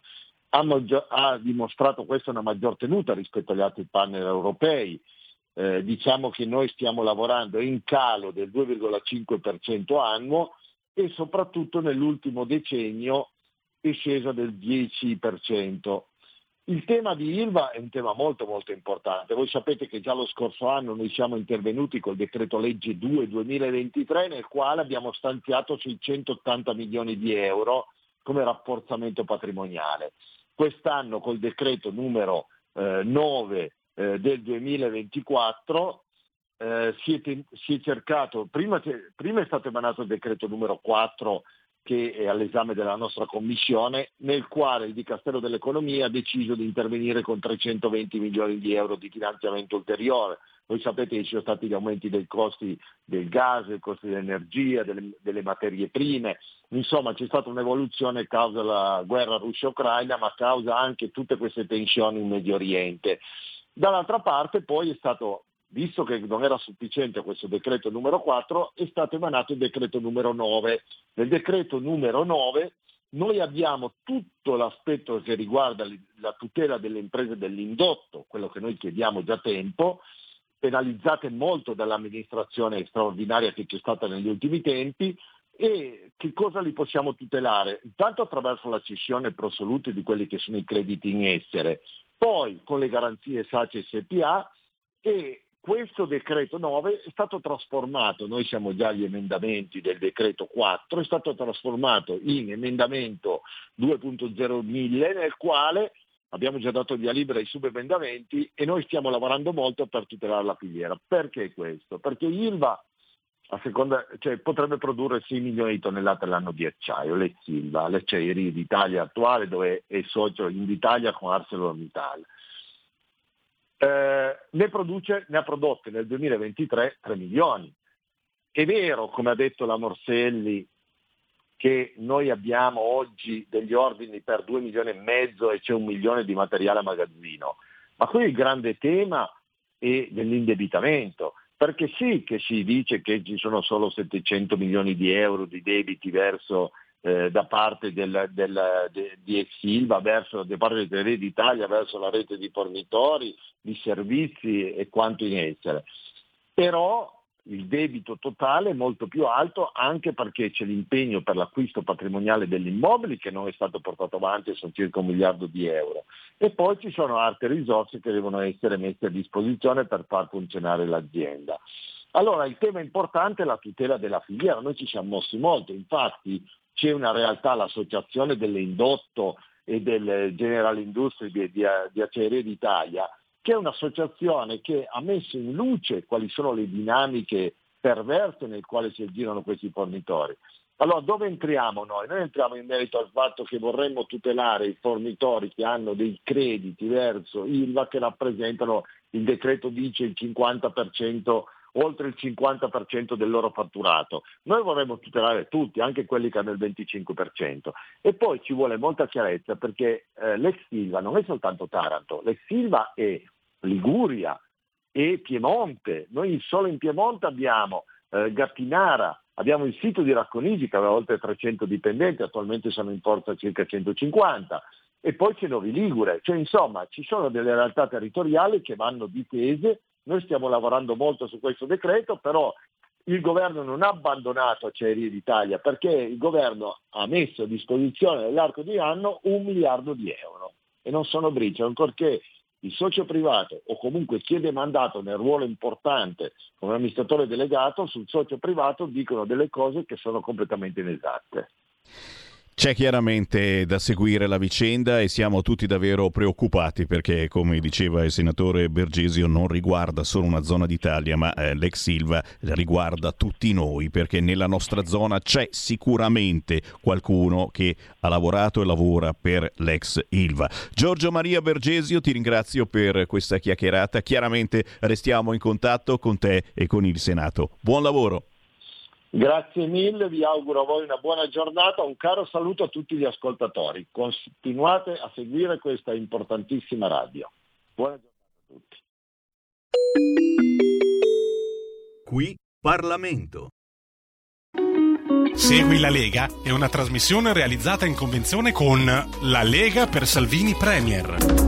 Ha dimostrato questa una maggior tenuta rispetto agli altri partner europei. Eh, diciamo che noi stiamo lavorando in calo del due virgola cinque per cento annuo e soprattutto nell'ultimo decennio è scesa del dieci per cento. Il tema di Ilva è un tema molto molto importante. Voi sapete che già lo scorso anno noi siamo intervenuti col decreto legge due duemilaventitré nel quale abbiamo stanziato seicentottanta milioni di euro come rafforzamento patrimoniale. Quest'anno col decreto numero eh, nove eh, del duemilaventiquattro eh, si, è ten- si è cercato, prima, prima è stato emanato il decreto numero quattro che è all'esame della nostra commissione, nel quale il Dicastero dell'Economia ha deciso di intervenire con trecentoventi milioni di euro di finanziamento ulteriore. Voi sapete che ci sono stati gli aumenti dei costi del gas, dei costi dell'energia, delle, delle materie prime, insomma c'è stata un'evoluzione a causa della guerra Russia-Ucraina, ma a causa anche tutte queste tensioni in Medio Oriente. Dall'altra parte poi è stato, visto che non era sufficiente questo decreto numero quattro, è stato emanato il decreto numero nove. Nel decreto numero nove noi abbiamo tutto l'aspetto che riguarda la tutela delle imprese dell'indotto, quello che noi chiediamo già tempo, penalizzate molto dall'amministrazione straordinaria che c'è stata negli ultimi tempi. E che cosa li possiamo tutelare? Intanto attraverso la cessione pro soluti di quelli che sono i crediti in essere, poi con le garanzie SACE S P A, e questo decreto nove è stato trasformato, noi siamo già agli emendamenti del decreto quattro, è stato trasformato in emendamento due punto zero mille nel quale abbiamo già dato via libera ai subemendamenti e noi stiamo lavorando molto per tutelare la filiera. Perché questo? Perché Ilva a seconda, cioè, potrebbe produrre sei milioni di tonnellate all'anno di acciaio, l'ex Ilva, l'acciaieria d'Italia attuale dove è socio in Italia con ArcelorMittal. Eh, ne, produce, ne ha prodotte nel duemilaventitré tre milioni. È vero, come ha detto la Morselli, che noi abbiamo oggi degli ordini per due milioni e mezzo e c'è un milione di materiale a magazzino, ma qui il grande tema è dell'indebitamento, perché sì che si dice che ci sono solo settecento milioni di euro di debiti verso eh, da parte del, del, de, di ex Ilva, verso da parte delle Tenerie d'Italia, verso la rete di fornitori, di servizi e quanto in essere. Però il debito totale è molto più alto anche perché c'è l'impegno per l'acquisto patrimoniale degli immobili che non è stato portato avanti, sono circa un miliardo di euro, e poi ci sono altre risorse che devono essere messe a disposizione per far funzionare l'azienda. Allora il tema importante è la tutela della filiera, noi ci siamo mossi molto, infatti c'è una realtà, l'associazione dell'indotto e del General Industry di, di, di Acciaierie d'Italia, che è un'associazione che ha messo in luce quali sono le dinamiche perverse nel quale si aggirano questi fornitori. Allora dove entriamo noi? Noi entriamo in merito al fatto che vorremmo tutelare i fornitori che hanno dei crediti verso Ilva che rappresentano, il decreto dice, il cinquanta per cento, oltre il cinquanta per cento del loro fatturato. Noi vorremmo tutelare tutti, anche quelli che hanno il venticinque per cento. E poi ci vuole molta chiarezza perché eh, l'ex Ilva non è soltanto Taranto, l'ex Ilva è Liguria e Piemonte. Noi solo in Piemonte abbiamo eh, Gattinara, abbiamo il sito di Racconigi che aveva oltre trecento dipendenti, attualmente sono in forza circa centocinquanta, e poi c'è Novi Ligure, cioè insomma ci sono delle realtà territoriali che vanno difese. Noi stiamo lavorando molto su questo decreto, però il governo non ha abbandonato Acciaierie d'Italia perché il governo ha messo a disposizione nell'arco di anno un miliardo di euro e non sono briciole, ancorché il socio privato o comunque chi è demandato nel ruolo importante come amministratore delegato sul socio privato dicono delle cose che sono completamente inesatte. C'è chiaramente da seguire la vicenda e siamo tutti davvero preoccupati perché, come diceva il senatore Bergesio, non riguarda solo una zona d'Italia, ma eh, l'ex Ilva riguarda tutti noi, perché nella nostra zona c'è sicuramente qualcuno che ha lavorato e lavora per l'ex Ilva. Giorgio Maria Bergesio, ti ringrazio per questa chiacchierata. Chiaramente restiamo in contatto con te e con il Senato. Buon lavoro! Grazie mille, vi auguro a voi una buona giornata, un caro saluto a tutti gli ascoltatori. Continuate a seguire questa importantissima radio. Buona giornata a tutti. Qui Parlamento. Segui la Lega è una trasmissione realizzata in convenzione con La Lega per Salvini Premier.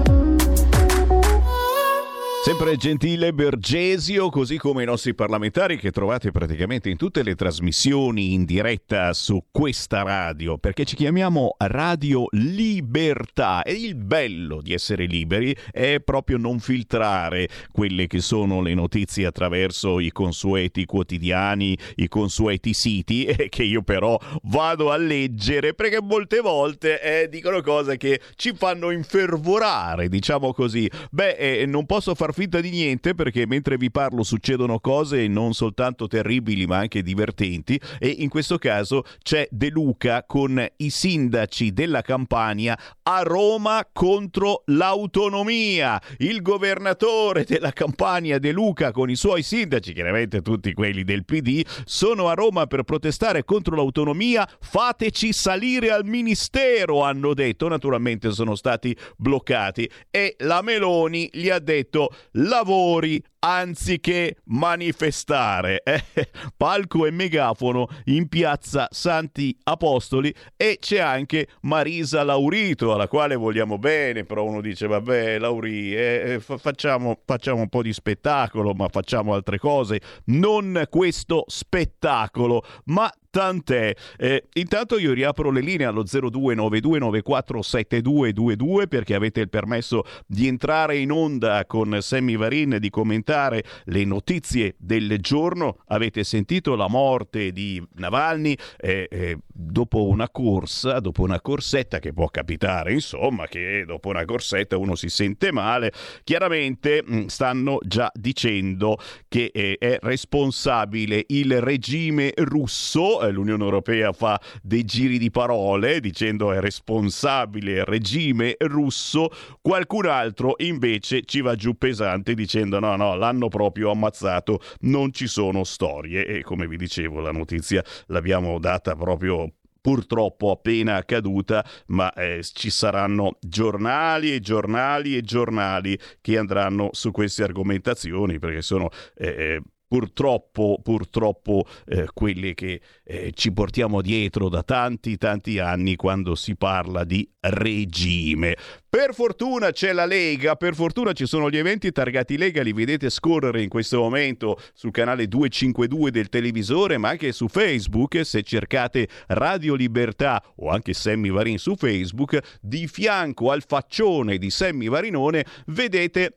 Sempre gentile Bergesio, così come i nostri parlamentari che trovate praticamente in tutte le trasmissioni in diretta su questa radio, perché ci chiamiamo Radio Libertà e il bello di essere liberi è proprio non filtrare quelle che sono le notizie attraverso i consueti quotidiani, i consueti siti, eh, che io però vado a leggere perché molte volte eh, dicono cose che ci fanno infervorare, diciamo così. Beh, eh, non posso far finta di niente perché mentre vi parlo succedono cose non soltanto terribili ma anche divertenti e in questo caso c'è De Luca con i sindaci della Campania a Roma contro l'autonomia. Il governatore della Campania De Luca con i suoi sindaci, chiaramente tutti quelli del P D, sono a Roma per protestare contro l'autonomia. Fateci salire al ministero, hanno detto. Naturalmente sono stati bloccati e la Meloni gli ha detto lavori anziché manifestare. Eh, palco e megafono in piazza Santi Apostoli e c'è anche Marisa Laurito alla quale vogliamo bene, però uno dice vabbè Lauri eh, facciamo, facciamo un po' di spettacolo ma facciamo altre cose, non questo spettacolo, ma tant'è. Eh, intanto io riapro le linee allo zero due nove due nove quattro sette due due due perché avete il permesso di entrare in onda con Sammy Varin, di commentare le notizie del giorno. Avete sentito la morte di Navalny eh, eh, dopo una corsa, dopo una corsetta, che può capitare, insomma, che dopo una corsetta uno si sente male. Chiaramente mh, stanno già dicendo che eh, è responsabile il regime russo. eh, L'Unione Europea fa dei giri di parole dicendo è responsabile il regime russo. Qualcun altro invece ci va giù pesante dicendo no no l'hanno proprio ammazzato, non ci sono storie. E come vi dicevo la notizia l'abbiamo data proprio purtroppo appena accaduta, ma eh, ci saranno giornali e giornali e giornali che andranno su queste argomentazioni perché sono eh, purtroppo purtroppo eh, quelle che eh, ci portiamo dietro da tanti tanti anni quando si parla di regime. Per fortuna c'è la Lega, per fortuna ci sono gli eventi targati Lega, li vedete scorrere in questo momento sul canale duecentocinquantadue del televisore, ma anche su Facebook. Se cercate Radio Libertà o anche Sammy Varin su Facebook, di fianco al faccione di Sammy Varinone vedete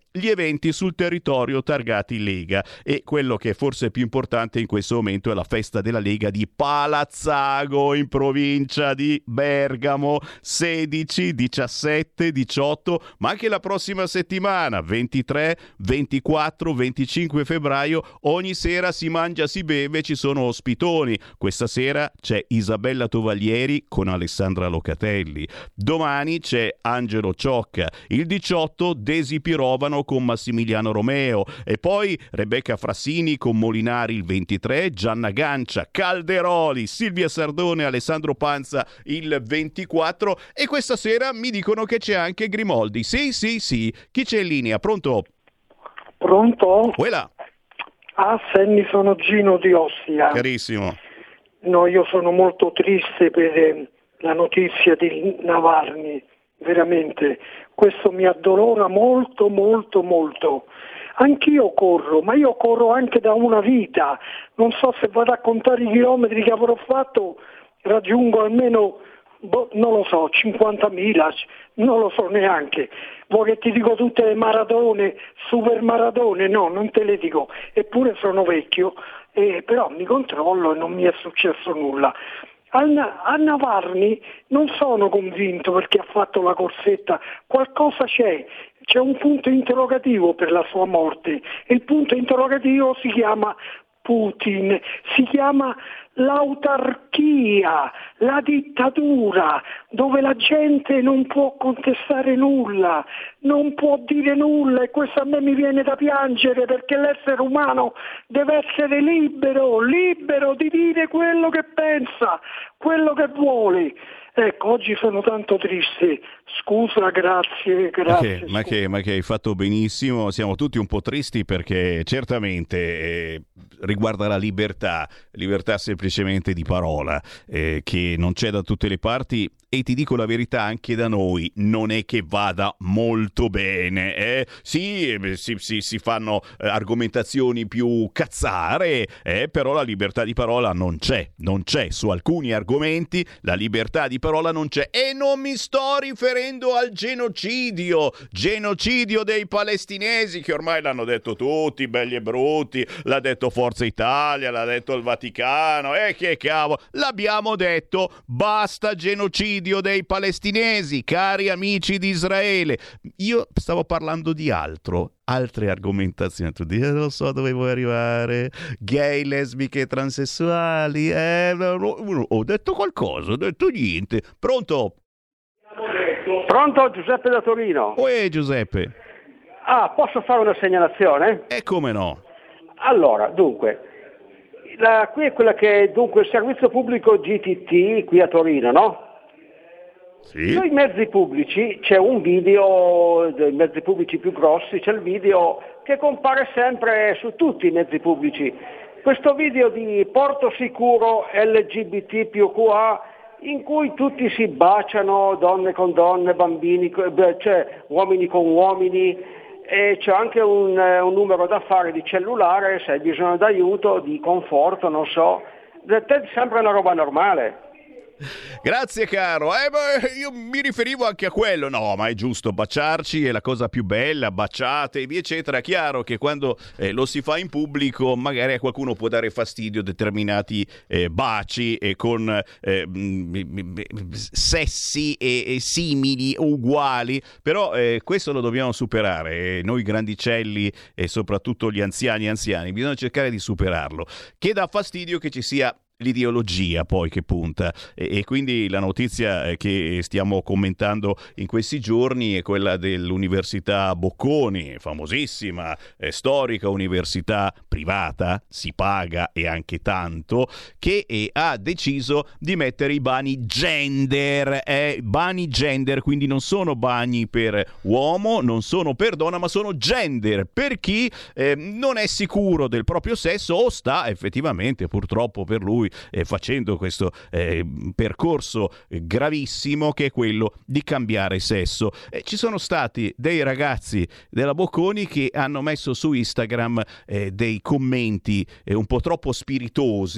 gli eventi sul territorio targati Lega, e quello che è forse più importante in questo momento è la festa della Lega di Palazzago in provincia di Bergamo, sedici, diciassette, diciotto, ma anche la prossima settimana ventitré, ventiquattro, venticinque febbraio. Ogni sera si mangia, si beve, ci sono ospitoni. Questa sera c'è Isabella Tovaglieri con Alessandra Locatelli, domani c'è Angelo Ciocca, il diciotto Desi Pirovano con Massimiliano Romeo, e poi Rebecca Frassini con Molinari il ventitré, Gianna Gancia, Calderoli, Silvia Sardone, Alessandro Panza il ventiquattro, e questa sera mi dicono che c'è anche Grimoldi. Sì, sì, sì. Chi c'è in linea? Pronto? Pronto? Quella. Ah, Sammy, sono Gino di Ostia. Carissimo. No, io sono molto triste per eh, la notizia di Navalny, veramente. Questo mi addolora molto, molto, molto. Anch'io corro, ma io corro anche da una vita. Non so se vado a contare i chilometri che avrò fatto, raggiungo almeno, boh, non lo so, cinquantamila, non lo so neanche. Vuoi che ti dico tutte le maratone, super maratone? No, non te le dico. Eppure sono vecchio, eh, però mi controllo e non mi è successo nulla. A Navalny non sono convinto perché ha fatto la corsetta, qualcosa c'è, c'è un punto interrogativo per la sua morte, e il punto interrogativo si chiama Putin, si chiama l'autarchia, la dittatura, dove la gente non può contestare nulla, non può dire nulla, e questo a me mi viene da piangere, perché l'essere umano deve essere libero, libero di dire quello che pensa, quello che vuole. Ecco, oggi sono tanto triste. Scusa, grazie, grazie. Ma che, ma che, ma che hai fatto benissimo. Siamo tutti un po' tristi perché certamente eh, riguarda la libertà, libertà semplicemente di parola, eh, che non c'è da tutte le parti, e ti dico la verità, anche da noi non è che vada molto bene. Eh? Sì, si, si, si fanno eh, argomentazioni più cazzare, eh, però la libertà di parola non c'è, non c'è. Su alcuni argomenti la libertà di parola non c'è, e non mi sto riferendo al genocidio, genocidio dei palestinesi, che ormai l'hanno detto tutti, belli e brutti, l'ha detto Forza Italia, l'ha detto il Vaticano, e eh, che cavolo, l'abbiamo detto, basta genocidio dei palestinesi, cari amici di Israele. Io stavo parlando di altro, altre argomentazioni. Tu dici, non so dove vuoi arrivare, gay, lesbiche, transessuali, eh, ho detto qualcosa, ho detto niente. Pronto? Pronto, Giuseppe da Torino. Uè, Giuseppe. Ah, posso fare una segnalazione? E come no? Allora, dunque, la, qui è quella che, dunque, il servizio pubblico G T T qui a Torino, no? Sì. Sui mezzi pubblici c'è un video, dei mezzi pubblici più grossi, c'è il video che compare sempre su tutti i mezzi pubblici. Questo video di Porto Sicuro L G B T più Q A, in cui tutti si baciano, donne con donne, bambini, cioè uomini con uomini, e c'è anche un, un numero da fare di cellulare se hai bisogno d'aiuto, di conforto, non so. Te sembra una roba normale. Grazie caro, eh, beh, io mi riferivo anche a quello. No, ma è giusto, baciarci è la cosa più bella, baciatevi eccetera. Chiaro che quando eh, lo si fa in pubblico magari a qualcuno può dare fastidio determinati eh, baci e con eh, sessi e, e simili uguali, però eh, questo lo dobbiamo superare, eh, noi grandicelli e soprattutto gli anziani anziani bisogna cercare di superarlo, che dà fastidio che ci sia l'ideologia poi che punta, e, e quindi la notizia che stiamo commentando in questi giorni è quella dell'Università Bocconi, famosissima, eh, storica università privata, si paga e anche tanto, che eh, ha deciso di mettere i bagni gender, eh, bagni gender, quindi non sono bagni per uomo, non sono per donna, ma sono gender, per chi eh, non è sicuro del proprio sesso o sta effettivamente purtroppo per lui Eh, facendo questo eh, percorso gravissimo che è quello di cambiare sesso. Eh, ci sono stati dei ragazzi della Bocconi che hanno messo su Instagram eh, dei commenti eh, un po' troppo spiritosi,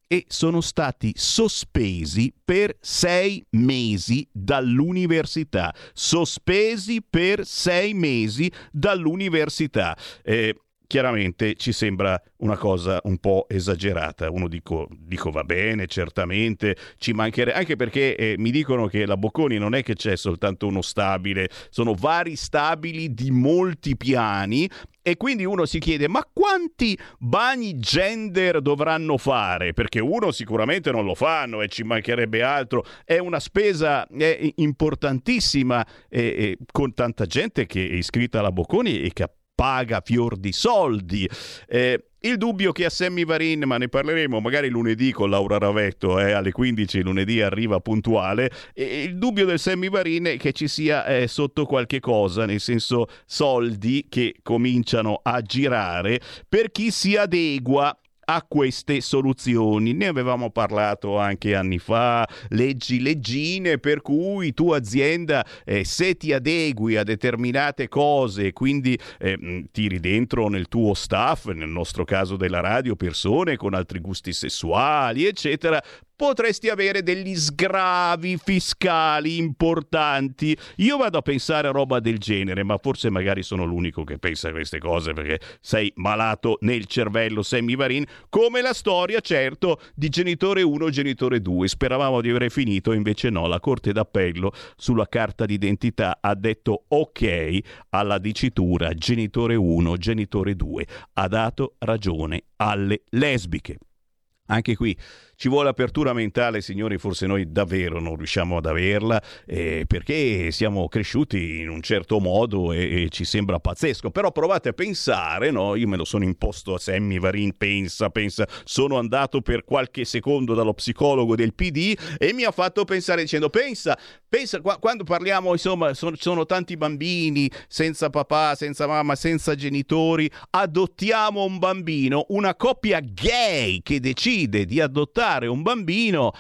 e sono stati sospesi per sei mesi dall'università. Sospesi per sei mesi dall'università. Eh, Chiaramente ci sembra una cosa un po' esagerata. Uno dico, dico va bene, certamente, ci mancherebbe, anche perché eh, mi dicono che la Bocconi non è che c'è soltanto uno stabile, sono vari stabili di molti piani, e quindi uno si chiede: ma quanti bagni gender dovranno fare? Perché uno sicuramente non lo fanno, e ci mancherebbe altro. È una spesa eh, importantissima, eh, eh, con tanta gente che è iscritta alla Bocconi e che paga fior di soldi. Eh, il dubbio che ha Sammy Varin, ma ne parleremo magari lunedì con Laura Ravetto, eh, alle quindici lunedì arriva puntuale, e il dubbio del Sammy Varin è che ci sia eh, sotto qualche cosa, nel senso soldi che cominciano a girare per chi si adegua a queste soluzioni. Ne avevamo parlato anche anni fa, leggi leggine per cui tu azienda eh, se ti adegui a determinate cose, quindi eh, tiri dentro nel tuo staff, nel nostro caso della radio, persone con altri gusti sessuali eccetera, potresti avere degli sgravi fiscali importanti. Io vado a pensare a roba del genere, ma forse magari sono l'unico che pensa a queste cose, perché sei malato nel cervello, Sammy Varin, come la storia, certo, di Genitore uno, Genitore due. Speravamo di aver finito, invece no, la Corte d'Appello sulla carta d'identità ha detto ok alla dicitura Genitore uno, Genitore due. Ha dato ragione alle lesbiche. Anche qui ci vuole apertura mentale, signori, forse noi davvero non riusciamo ad averla, eh, perché siamo cresciuti in un certo modo e, e ci sembra pazzesco. Però provate a pensare, no? Io me lo sono imposto a Sammy Varin, pensa, pensa, sono andato per qualche secondo dallo psicologo del P D e mi ha fatto pensare dicendo, pensa, pensa, qua, quando parliamo, insomma, sono, sono tanti bambini senza papà, senza mamma, senza genitori, adottiamo un bambino, una coppia gay che decide di adottare un bambino,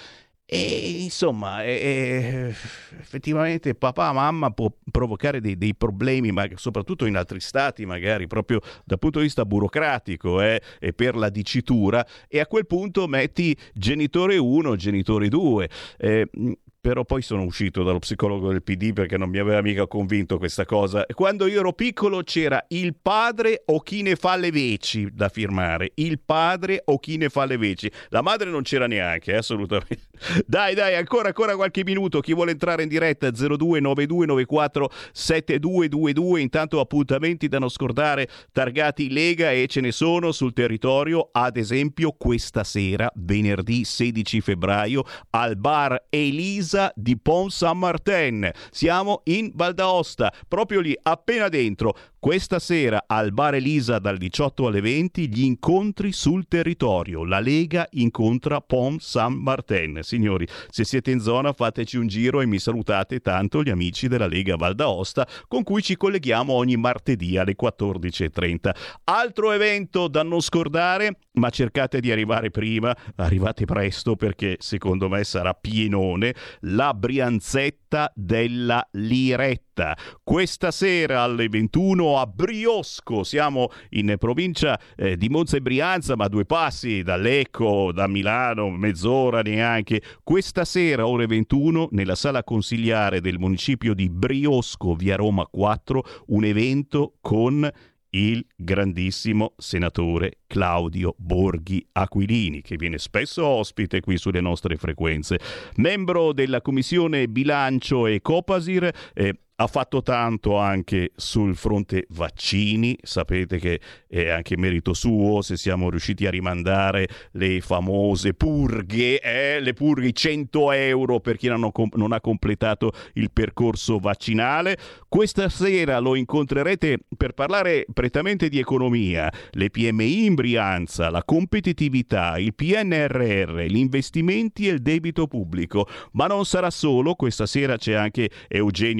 e insomma e, e, effettivamente papà mamma può provocare dei, dei problemi, ma soprattutto in altri stati magari proprio dal punto di vista burocratico eh, e per la dicitura, e a quel punto metti Genitore uno, Genitore due. eh, Però poi sono uscito dallo psicologo del P D perché non mi aveva mica convinto questa cosa. Quando io ero piccolo c'era il padre o chi ne fa le veci da firmare. Il padre o chi ne fa le veci. La madre non c'era neanche, assolutamente. Dai, dai, ancora, ancora qualche minuto. Chi vuole entrare in diretta zero due nove due nove quattro sette due due due. Intanto appuntamenti da non scordare targati Lega, e ce ne sono sul territorio. Ad esempio questa sera, venerdì sedici febbraio, al bar Elisa di Pont-Saint-Martin. Siamo in Val d'Aosta, proprio lì, appena dentro. Questa sera al bar Elisa dal diciotto alle venti gli incontri sul territorio. La Lega incontra Pont-Saint-Martin. Signori, se siete in zona fateci un giro e mi salutate tanto gli amici della Lega Val d'Aosta, con cui ci colleghiamo ogni martedì alle quattordici e trenta. Altro evento da non scordare, ma cercate di arrivare prima, arrivate presto perché secondo me sarà pienone, la Brianzetta della Liretta. Questa sera alle ventuno a Briosco, siamo in provincia eh, di Monza e Brianza, ma a due passi da Lecco, da Milano, mezz'ora neanche. Questa sera ore ventuno nella sala consigliare del municipio di Briosco, via Roma quattro, un evento con il grandissimo senatore Claudio Borghi Aquilini, che viene spesso ospite qui sulle nostre frequenze, membro della commissione bilancio e Copasir. eh, Ha fatto tanto anche sul fronte vaccini, sapete che è anche merito suo se siamo riusciti a rimandare le famose purghe, eh? le purghe, cento euro per chi non ha, non ha completato il percorso vaccinale. Questa sera lo incontrerete per parlare prettamente di economia, le P M I in Brianza, la competitività, il P N R R, gli investimenti e il debito pubblico. Ma non sarà solo, questa sera c'è anche Eugenio Zoffi,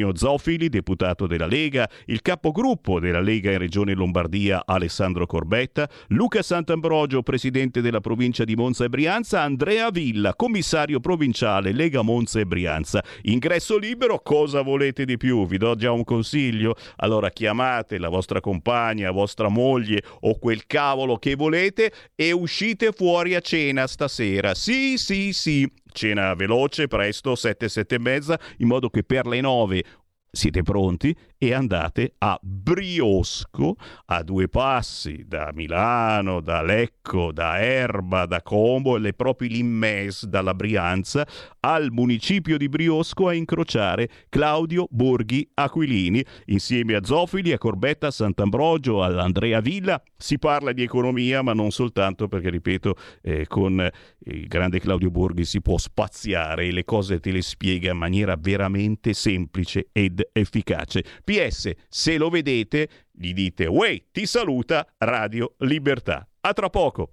Zofili, deputato della Lega, il capogruppo della Lega in Regione Lombardia Alessandro Corbetta, Luca Sant'Ambrogio, presidente della provincia di Monza e Brianza, Andrea Villa, commissario provinciale Lega Monza e Brianza. Ingresso libero, cosa volete di più? Vi do già un consiglio? Allora chiamate la vostra compagna, vostra moglie o quel cavolo che volete e uscite fuori a cena stasera. Sì, sì, sì. Cena veloce, presto, sette, sette e mezza, in modo che per le nove siete pronti e andate a Briosco, a due passi da Milano, da Lecco, da Erba, da Como e le proprie Limmes dalla Brianza, al municipio di Briosco a incrociare Claudio Borghi Aquilini. Insieme a Zofili, a Corbetta, a Sant'Ambrogio, all'Andrea Villa si parla di economia, ma non soltanto, perché ripeto, eh, con il grande Claudio Borghi si può spaziare e le cose te le spiega in maniera veramente semplice ed efficace. P S, se lo vedete, gli dite: "Uè, ti saluta Radio Libertà". A tra poco.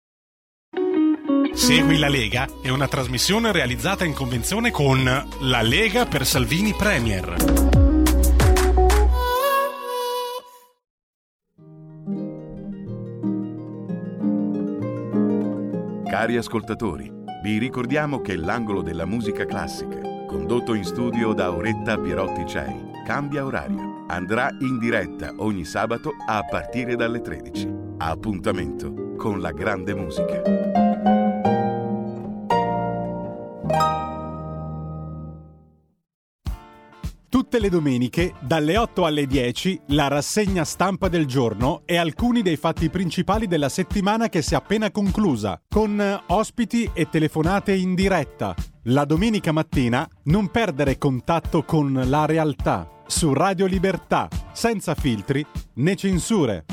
Segui la Lega è una trasmissione realizzata in convenzione con La Lega per Salvini Premier. Cari ascoltatori, vi ricordiamo che l'angolo della musica classica, condotto in studio da Auretta Pierotti Cei, cambia orario. Andrà in diretta ogni sabato a partire dalle tredici. Appuntamento con la grande musica. Tutte le domeniche, dalle otto alle dieci, la rassegna stampa del giorno e alcuni dei fatti principali della settimana che si è appena conclusa, con ospiti e telefonate in diretta. La domenica mattina non perdere contatto con la realtà su Radio Libertà, senza filtri né censure.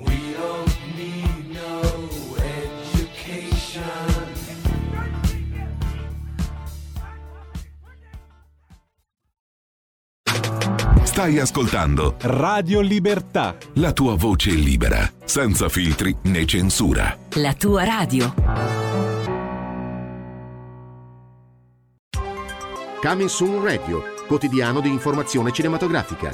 Stai ascoltando Radio Libertà, la tua voce libera, senza filtri né censura. La tua radio. Coming Soon Radio, quotidiano di informazione cinematografica.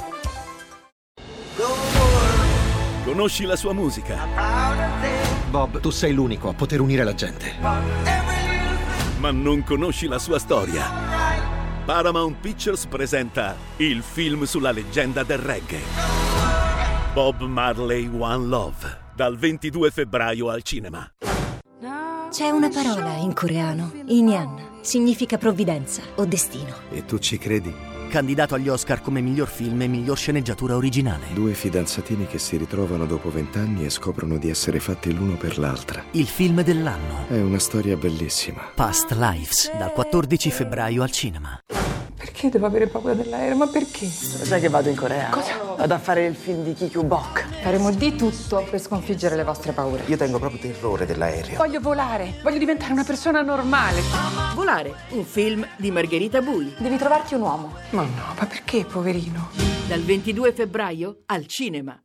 Conosci la sua musica? Bob, tu sei l'unico a poter unire la gente. Ma non conosci la sua storia. Paramount Pictures presenta il film sulla leggenda del reggae. Bob Marley One Love, dal ventidue febbraio al cinema. C'è una parola in coreano, Inyan, significa provvidenza o destino. E tu ci credi? Candidato agli Oscar come miglior film e miglior sceneggiatura originale. Due fidanzatini che si ritrovano dopo vent'anni e scoprono di essere fatti l'uno per l'altra. Il film dell'anno. È una storia bellissima. Past Lives, dal quattordici febbraio al cinema. Perché devo avere paura dell'aereo? Ma perché? Sai che vado in Corea? Cosa? Vado a fare il film di Kikyu Bok. Faremo di tutto per sconfiggere le vostre paure. Io tengo proprio terrore dell'aereo. Voglio volare, voglio diventare una persona normale. Volare, un film di Margherita Bui. Devi trovarti un uomo. Ma no, ma perché, poverino? Dal ventidue febbraio al cinema.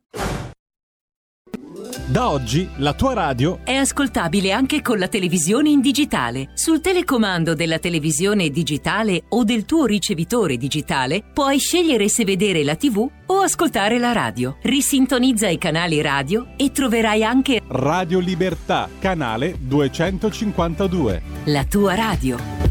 Da oggi la tua radio è ascoltabile anche con la televisione in digitale. Sul telecomando della televisione digitale o del tuo ricevitore digitale puoi scegliere se vedere la tivù o ascoltare la radio. Risintonizza i canali radio e troverai anche Radio Libertà, canale duecentocinquantadue. La tua radio.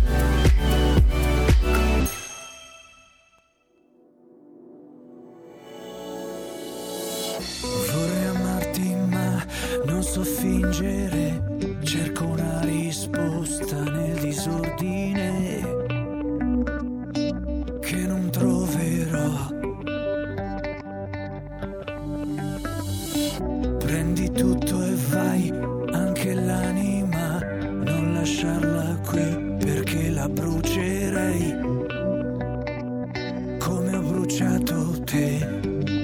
Non so fingere, cerco una risposta nel disordine che non troverò. Prendi tutto e vai, anche l'anima, non lasciarla qui perché la brucerei come ho bruciato te.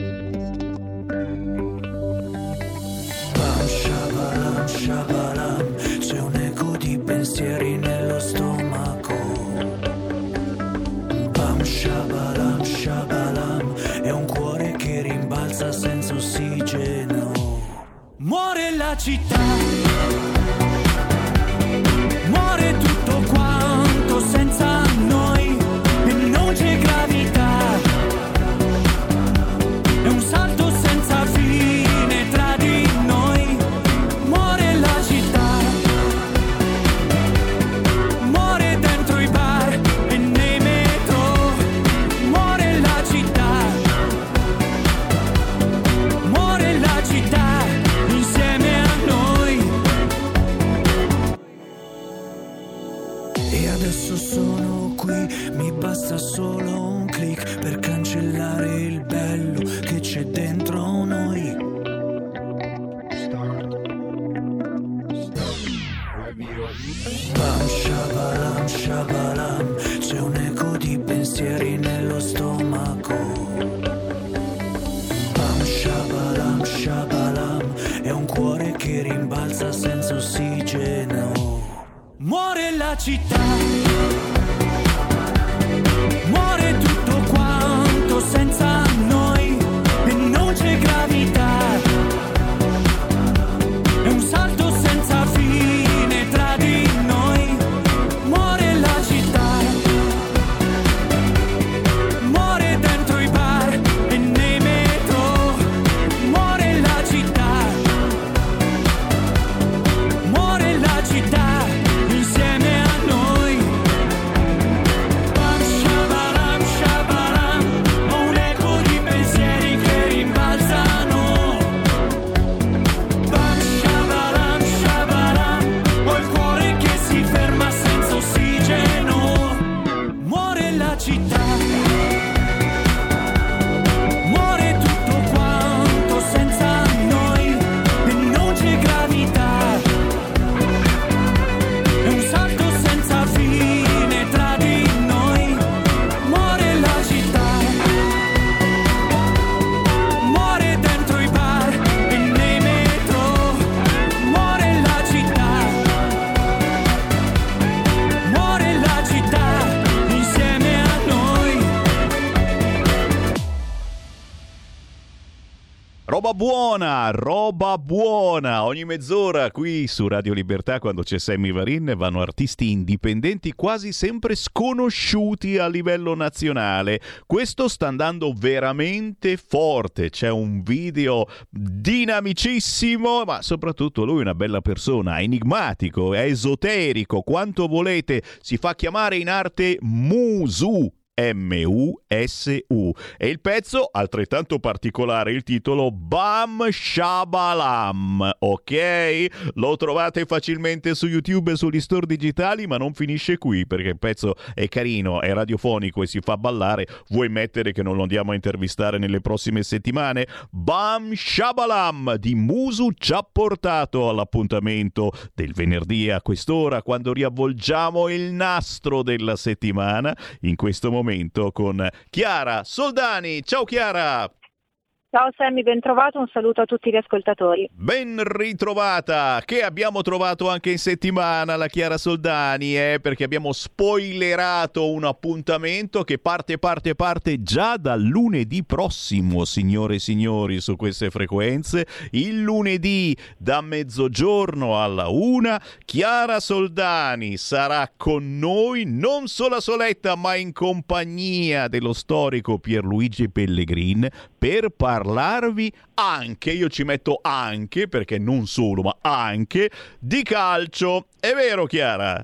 Shabalam, c'è un eco di pensieri nello stomaco. Bam shabalam, shabalam, è un cuore che rimbalza senza ossigeno. Muore la città, muore tutto quanto senza noi, e non c'è gravità per cancellare il bello che c'è dentro noi. Bam shabalam shabalam, c'è un eco di pensieri nello stomaco. Bam shabalam shabalam, è un cuore che rimbalza senza ossigeno. Muore la città, muore tutto quanto senza noi e non c'è gravità. È un salto senza fine tra di noi. Muore la città, muore dentro i bar e nei metro. Muore la città, muore la città. Insieme a noi. Bam shabaram shabaram, ho un eco di pensieri che rimbalzano. Bam shabaram shabaram, ho il cuore che si ferma senza ossigeno. Muore la città, muore tutto quanto senza noi e non c'è gravità. È un salto senza fine tra di noi. Muore la città, muore dentro i bar e nei metro. Muore la città, muore la città, insieme a noi. Roba buona, roba buona. Ogni mezz'ora qui su Radio Libertà, quando c'è Sammy Varin, vanno artisti indipendenti quasi sempre sconosciuti a livello nazionale. Questo sta andando veramente forte. C'è un video dinamicissimo, ma soprattutto lui è una bella persona, è enigmatico, è esoterico, quanto volete. Si fa chiamare in arte Musu. M U S U. E il pezzo, altrettanto particolare, il titolo Bam Shabalam, ok? Lo trovate facilmente su YouTube e sugli store digitali, ma non finisce qui, perché il pezzo è carino, è radiofonico e si fa ballare. Vuoi mettere che non lo andiamo a intervistare nelle prossime settimane? Bam Shabalam di Musu ci ha portato all'appuntamento del venerdì a quest'ora, quando riavvolgiamo il nastro della settimana, in questo momento con Chiara Soldani. Ciao Chiara! Ciao Sammy, ben trovato, un saluto a tutti gli ascoltatori. Ben ritrovata, che abbiamo trovato anche in settimana la Chiara Soldani, eh, perché abbiamo spoilerato un appuntamento che parte, parte, parte già dal lunedì prossimo, signore e signori, su queste frequenze. Il lunedì da mezzogiorno alla una, Chiara Soldani sarà con noi, non sola soletta, ma in compagnia dello storico Pierluigi Pellegrin, per parlare parlarvi anche, io ci metto anche, perché non solo, ma anche di calcio. È vero, Chiara?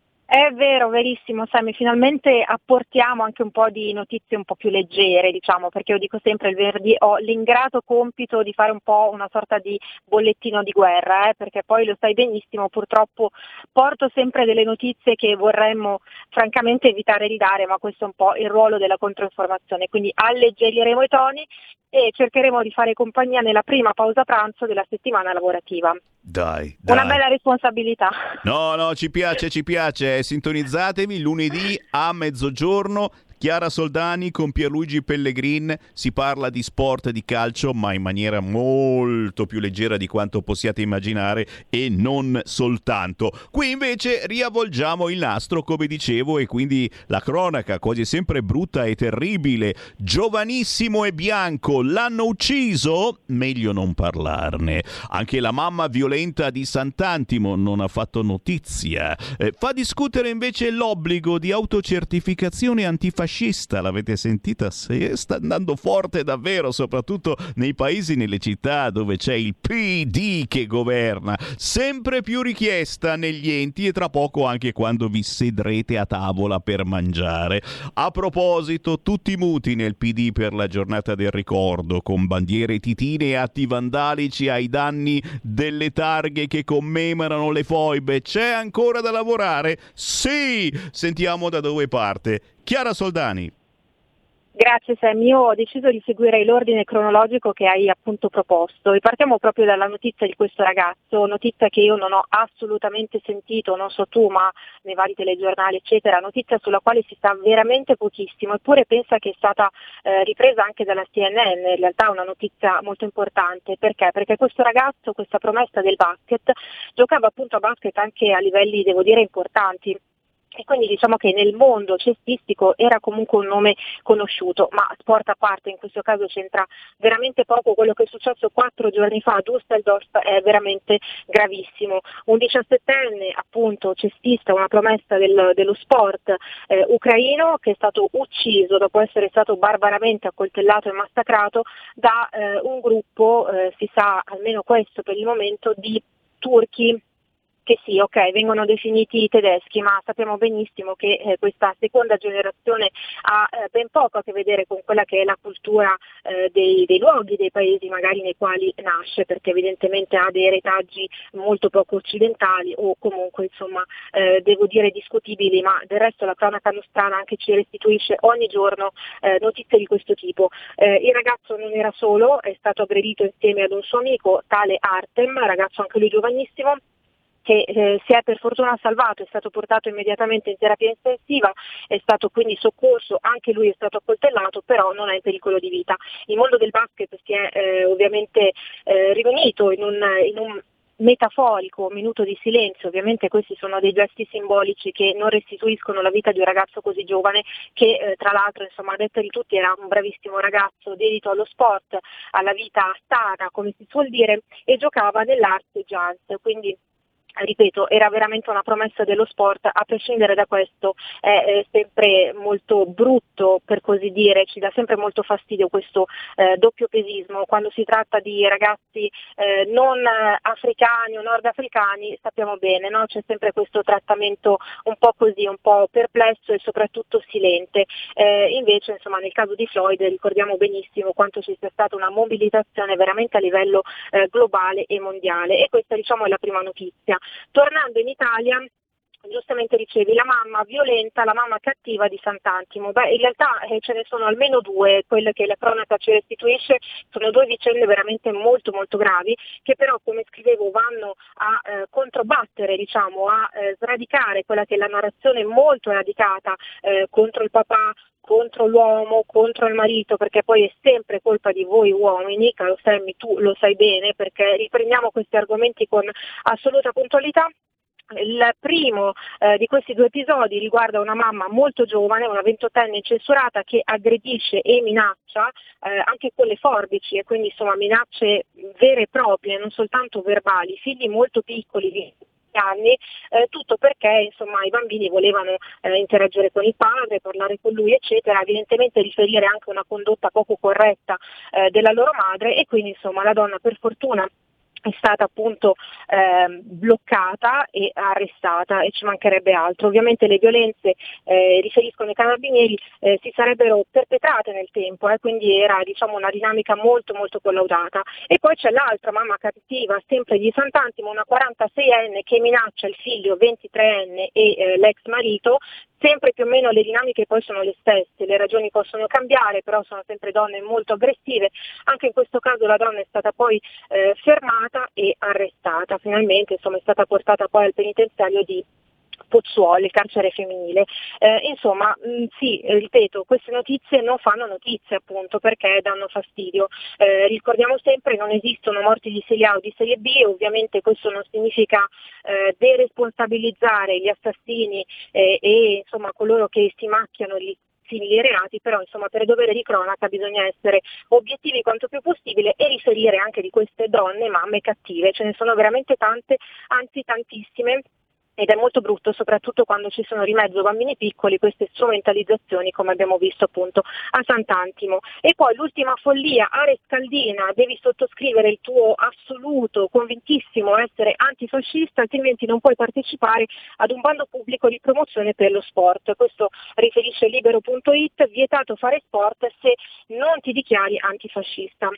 È vero, verissimo Sammy, finalmente apportiamo anche un po' di notizie un po' più leggere, diciamo, perché io dico sempre il venerdì ho l'ingrato compito di fare un po' una sorta di bollettino di guerra, eh, perché poi lo sai benissimo, purtroppo porto sempre delle notizie che vorremmo francamente evitare di dare, ma questo è un po' il ruolo della controinformazione, quindi alleggeriremo i toni e cercheremo di fare compagnia nella prima pausa pranzo della settimana lavorativa. Dai, dai. Una bella responsabilità. No, no, ci piace, ci piace. Sintonizzatevi lunedì a mezzogiorno. Chiara Soldani con Pierluigi Pellegrin, si parla di sport e di calcio, ma in maniera molto più leggera di quanto possiate immaginare, e non soltanto. Qui invece riavvolgiamo il nastro, come dicevo, e quindi la cronaca quasi sempre brutta e terribile. Giovanissimo e bianco, l'hanno ucciso? Meglio non parlarne. Anche la mamma violenta di Sant'Antimo non ha fatto notizia. Eh, fa discutere invece l'obbligo di autocertificazione antifascista. L'avete sentita? Se sta andando forte davvero, soprattutto nei paesi, nelle città dove c'è il P D che governa. Sempre più richiesta negli enti, e tra poco anche quando vi sedrete a tavola per mangiare. A proposito, tutti muti nel P D per la giornata del ricordo, con bandiere titine e atti vandalici ai danni delle targhe che commemorano le foibe. C'è ancora da lavorare? Sì! Sentiamo da dove parte Chiara Soldani. Grazie Sam, io ho deciso di seguire l'ordine cronologico che hai appunto proposto e partiamo proprio dalla notizia di questo ragazzo, notizia che io non ho assolutamente sentito, non so tu, ma nei vari telegiornali eccetera, notizia sulla quale si sa veramente pochissimo, eppure pensa che è stata eh, ripresa anche dalla C N N, in realtà è una notizia molto importante, perché? Perché questo ragazzo, questa promessa del basket, giocava appunto a basket anche a livelli, devo dire, importanti. E quindi diciamo che nel mondo cestistico era comunque un nome conosciuto, ma sport a parte, in questo caso c'entra veramente poco. Quello che è successo quattro giorni fa a Düsseldorf è veramente gravissimo. Un diciassettenne appunto cestista, una promessa del, dello sport eh, ucraino, che è stato ucciso dopo essere stato barbaramente accoltellato e massacrato da eh, un gruppo, eh, si sa almeno questo per il momento, di turchi che sì, ok, vengono definiti tedeschi, ma sappiamo benissimo che eh, questa seconda generazione ha eh, ben poco a che vedere con quella che è la cultura eh, dei, dei luoghi, dei paesi magari nei quali nasce, perché evidentemente ha dei retaggi molto poco occidentali o comunque insomma eh, devo dire discutibili, ma del resto la cronaca nostrana anche ci restituisce ogni giorno eh, notizie di questo tipo. Eh, il ragazzo non era solo, è stato aggredito insieme ad un suo amico, tale Artem, ragazzo anche lui giovanissimo, che eh, si è per fortuna salvato, è stato portato immediatamente in terapia intensiva, è stato quindi soccorso, anche lui è stato accoltellato, però non è in pericolo di vita. Il mondo del basket si è eh, ovviamente eh, riunito in un, in un metaforico minuto di silenzio. Ovviamente questi sono dei gesti simbolici che non restituiscono la vita di un ragazzo così giovane che eh, tra l'altro insomma a detta di tutti era un bravissimo ragazzo dedito allo sport, alla vita stata come si suol dire, e giocava nell'arte jazz, quindi ripeto, era veramente una promessa dello sport. A prescindere da questo è, è sempre molto brutto, per così dire, ci dà sempre molto fastidio questo eh, doppio pesismo. Quando si tratta di ragazzi eh, non africani o nordafricani sappiamo bene, no? C'è sempre questo trattamento un po' così, un po' perplesso e soprattutto silente. Eh, invece insomma nel caso di Floyd ricordiamo benissimo quanto ci sia stata una mobilitazione veramente a livello eh, globale e mondiale, e questa diciamo è la prima notizia. Tornando in Italia, giustamente dicevi, la mamma violenta, la mamma cattiva di Sant'Antimo. Beh, in realtà eh, ce ne sono almeno due, quelle che la cronaca ci restituisce, sono due vicende veramente molto molto gravi, che però come scrivevo vanno a eh, controbattere, diciamo, a eh, sradicare quella che è la narrazione molto radicata eh, contro il papà, contro l'uomo, contro il marito, perché poi è sempre colpa di voi uomini, caro Sammy, tu lo sai bene, perché riprendiamo questi argomenti con assoluta puntualità. Il primo eh, di questi due episodi riguarda una mamma molto giovane, una ventottenne incensurata, che aggredisce e minaccia eh, anche con le forbici, e quindi insomma minacce vere e proprie, non soltanto verbali, figli molto piccoli di anni, eh, tutto perché insomma i bambini volevano eh, interagire con il padre, parlare con lui eccetera, evidentemente riferire anche una condotta poco corretta eh, della loro madre, e quindi insomma la donna per fortuna è stata appunto eh, bloccata e arrestata, e ci mancherebbe altro. Ovviamente le violenze, eh, riferiscono i carabinieri, eh, si sarebbero perpetrate nel tempo, eh, quindi era diciamo una dinamica molto molto collaudata. E poi c'è l'altra mamma cattiva, sempre di Sant'Antimo, una quarantaseienne che minaccia il figlio ventitreenne e eh, l'ex marito. Sempre più o meno le dinamiche poi sono le stesse, le ragioni possono cambiare, però sono sempre donne molto aggressive. Anche in questo caso la donna è stata poi eh, fermata e arrestata, finalmente insomma è stata portata poi al penitenziario di Pozzuoli, il carcere femminile. Eh, insomma, mh, sì, ripeto, queste notizie non fanno notizie appunto perché danno fastidio. Eh, ricordiamo sempre, non esistono morti di serie A o di serie B, ovviamente questo non significa eh, deresponsabilizzare gli assassini eh, e insomma coloro che si macchiano di simili reati, però insomma per dovere di cronaca bisogna essere obiettivi quanto più possibile e riferire anche di queste donne, mamme cattive. Ce ne sono veramente tante, anzi tantissime. Ed è molto brutto, soprattutto quando ci sono di mezzo bambini piccoli, queste strumentalizzazioni come abbiamo visto appunto a Sant'Antimo. E poi l'ultima follia, Ares Caldina, devi sottoscrivere il tuo assoluto, convintissimo essere antifascista, altrimenti non puoi partecipare ad un bando pubblico di promozione per lo sport. Questo riferisce libero punto it, vietato fare sport se non ti dichiari antifascista.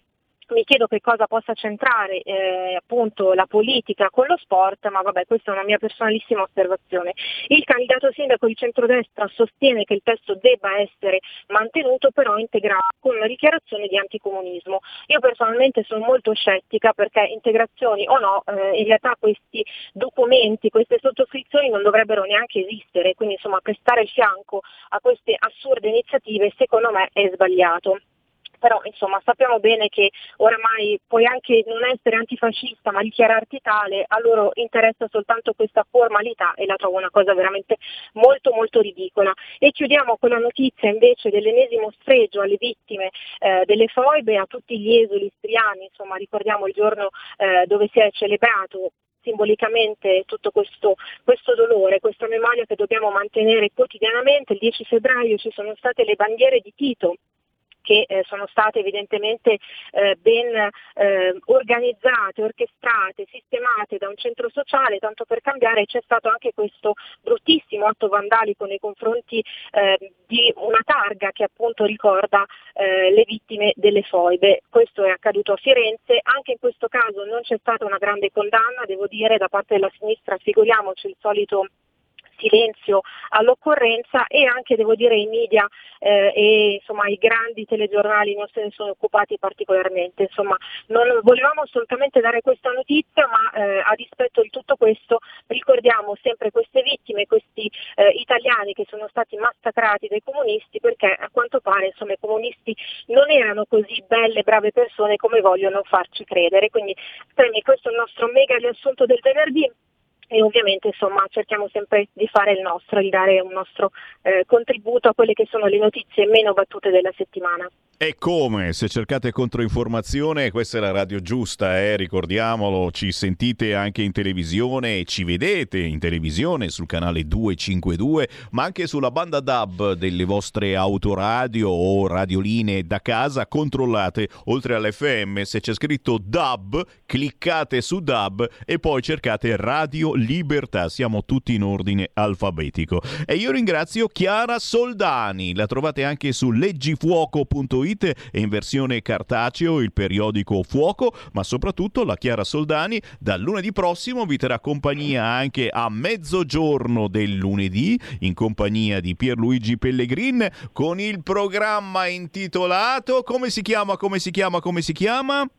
Mi chiedo che cosa possa centrare eh, appunto la politica con lo sport, ma vabbè, questa è una mia personalissima osservazione. Il candidato sindaco di centrodestra sostiene che il testo debba essere mantenuto, però integrato con una dichiarazione di anticomunismo. Io personalmente sono molto scettica, perché integrazioni o no, eh, in realtà questi documenti, queste sottoscrizioni non dovrebbero neanche esistere, quindi insomma prestare il fianco a queste assurde iniziative secondo me è sbagliato. Però insomma sappiamo bene che oramai puoi anche non essere antifascista ma dichiararti tale, a loro interessa soltanto questa formalità e la trovo una cosa veramente molto molto ridicola. E chiudiamo con la notizia invece dell'ennesimo sfregio alle vittime eh, delle foibe, a tutti gli esuli istriani, insomma ricordiamo il giorno eh, dove si è celebrato simbolicamente tutto questo, questo dolore, questa memoria che dobbiamo mantenere quotidianamente. Il dieci febbraio ci sono state le bandiere di Tito, che eh, sono state evidentemente eh, ben eh, organizzate, orchestrate, sistemate da un centro sociale, tanto per cambiare c'è stato anche questo bruttissimo atto vandalico nei confronti eh, di una targa che appunto ricorda eh, le vittime delle foibe. Questo è accaduto a Firenze, anche in questo caso non c'è stata una grande condanna, devo dire, da parte della sinistra, figuriamoci il solito silenzio all'occorrenza, e anche devo dire i media eh, e insomma i grandi telegiornali non se ne sono occupati particolarmente. Insomma non volevamo assolutamente dare questa notizia, ma eh, a dispetto di tutto questo ricordiamo sempre queste vittime, questi eh, italiani che sono stati massacrati dai comunisti, perché a quanto pare insomma i comunisti non erano così belle, brave persone come vogliono farci credere. Quindi questo è il nostro mega riassunto del venerdì. E ovviamente insomma cerchiamo sempre di fare il nostro, di dare un nostro eh, contributo a quelle che sono le notizie meno battute della settimana. E come? Se cercate controinformazione, questa è la radio giusta, eh? Ricordiamolo, ci sentite anche in televisione, ci vedete in televisione sul canale duecentocinquantadue, ma anche sulla banda D A B delle vostre autoradio o radiolinee da casa. Controllate, oltre all'F M, se c'è scritto D A B, cliccate su D A B e poi cercate Radio Libertà, siamo tutti in ordine alfabetico. E io ringrazio Chiara Soldani, la trovate anche su leggifuoco punto it e in versione cartaceo il periodico Fuoco, ma soprattutto la Chiara Soldani dal lunedì prossimo vi terrà compagnia anche a mezzogiorno del lunedì in compagnia di Pierluigi Pellegrin con il programma intitolato come si chiama, come si chiama, come si chiama?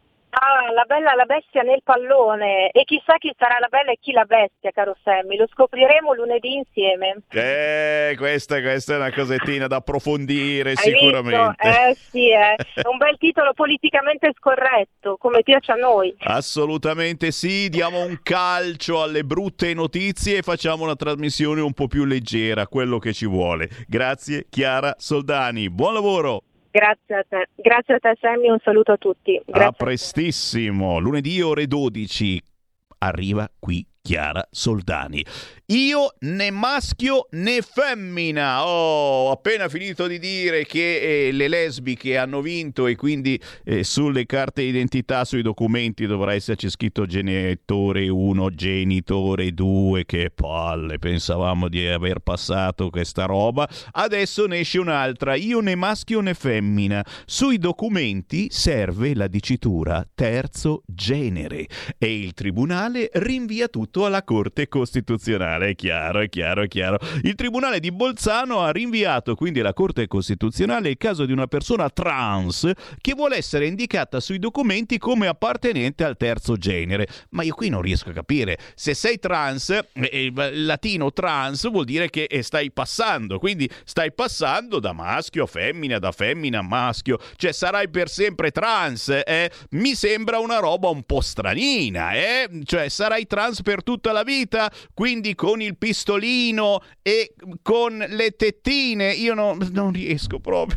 Ah, la bella la bestia nel pallone, e chissà chi sarà la bella e chi la bestia, caro Sammy, lo scopriremo lunedì insieme. Eh, questa, questa è una cosettina da approfondire. Hai sicuramente. Visto? Eh sì, è eh. un bel titolo politicamente scorretto, come piace a noi. Assolutamente sì, diamo un calcio alle brutte notizie e facciamo una trasmissione un po' più leggera, quello che ci vuole. Grazie Chiara Soldani, buon lavoro. Grazie a te, grazie a te Sammy, un saluto a tutti. Grazie. A prestissimo, lunedì ore dodici arriva qui Chiara Soldani. Io né maschio né femmina. Oh, ho appena finito di dire che eh, le lesbiche hanno vinto e quindi eh, sulle carte d'identità, sui documenti dovrà esserci scritto genitore uno, genitore due. Che palle, pensavamo di aver passato questa roba. Adesso ne esce un'altra. Io né maschio né femmina. Sui documenti serve la dicitura terzo genere e il tribunale rinvia tutto alla Corte Costituzionale. È chiaro, è chiaro, è chiaro. Il Tribunale di Bolzano ha rinviato quindi alla Corte Costituzionale il caso di una persona trans che vuole essere indicata sui documenti come appartenente al terzo genere. Ma io qui non riesco a capire. Se sei trans, eh, latino trans vuol dire che stai passando, quindi stai passando da maschio a femmina, da femmina a maschio, cioè sarai per sempre trans, eh? Mi sembra una roba un po' stranina, eh? Cioè sarai trans per tutta la vita, quindi con il pistolino e con le tettine. Io no, non riesco proprio.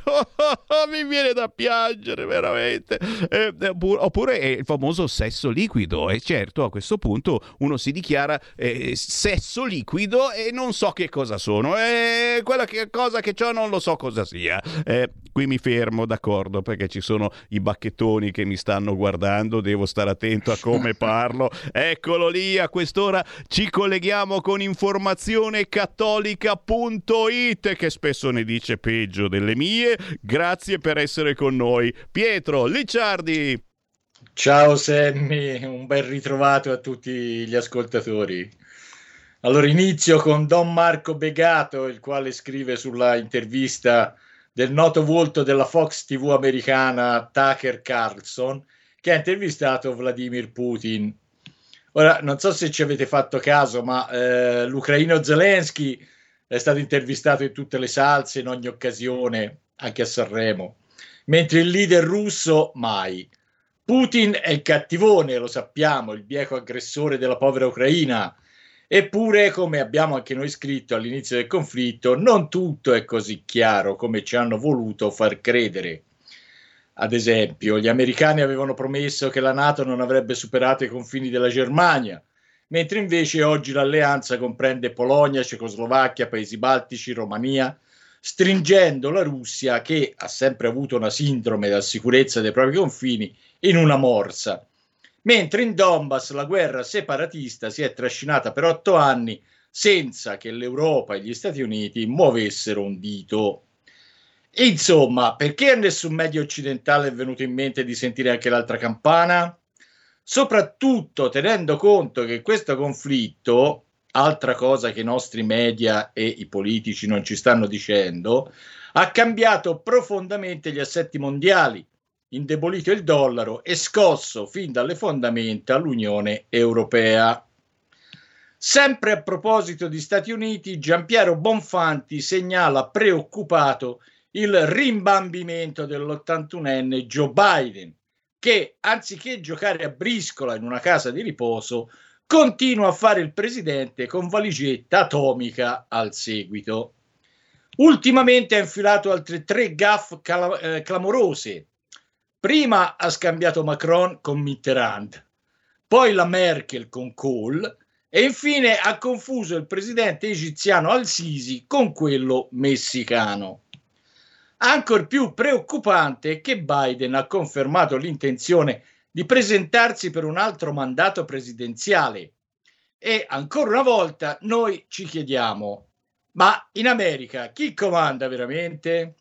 Mi viene da piangere veramente. Eh, oppure è il famoso sesso liquido, e certo a questo punto uno si dichiara eh, sesso liquido e non so che cosa sono, eh, quella che, cosa che c'ho non lo so cosa sia. Eh, qui mi fermo, d'accordo, perché ci sono i bacchettoni che mi stanno guardando, devo stare attento a come parlo. Eccolo lì, a quest'ora ci colleghiamo con informazione cattolica punto it, che spesso ne dice peggio delle mie. Grazie per essere con noi. Pietro Licciardi. Ciao Sammy, un ben ritrovato a tutti gli ascoltatori. Allora inizio con Don Marco Begato, il quale scrive sulla intervista del noto volto della Fox tivù americana Tucker Carlson, che ha intervistato Vladimir Putin. Ora, non so se ci avete fatto caso, ma eh, l'ucraino Zelensky è stato intervistato in tutte le salse, in ogni occasione, anche a Sanremo, mentre il leader russo mai. Putin è il cattivone, lo sappiamo, il bieco aggressore della povera Ucraina. Eppure, come abbiamo anche noi scritto all'inizio del conflitto, non tutto è così chiaro come ci hanno voluto far credere. Ad esempio, gli americani avevano promesso che la NATO non avrebbe superato i confini della Germania, mentre invece oggi l'alleanza comprende Polonia, Cecoslovacchia, Paesi Baltici, Romania, stringendo la Russia, che ha sempre avuto una sindrome della sicurezza dei propri confini, in una morsa. Mentre in Donbass la guerra separatista si è trascinata per otto anni senza che l'Europa e gli Stati Uniti muovessero un dito. Insomma, perché a nessun medio occidentale è venuto in mente di sentire anche l'altra campana? Soprattutto tenendo conto che questo conflitto, altra cosa che i nostri media e i politici non ci stanno dicendo, ha cambiato profondamente gli assetti mondiali, indebolito il dollaro e scosso fin dalle fondamenta l'Unione Europea. Sempre a proposito di Stati Uniti, Giampiero Bonfanti segnala preoccupato il rimbambimento dell'ottantunenne Joe Biden, che anziché giocare a briscola in una casa di riposo, continua a fare il presidente con valigetta atomica al seguito. Ultimamente ha infilato altre tre gaffe cala- eh, clamorose. Prima ha scambiato Macron con Mitterrand, poi la Merkel con Kohl e infine ha confuso il presidente egiziano al-Sisi con quello messicano. Ancor più preoccupante è che Biden ha confermato l'intenzione di presentarsi per un altro mandato presidenziale e ancora una volta noi ci chiediamo: ma in America chi comanda veramente?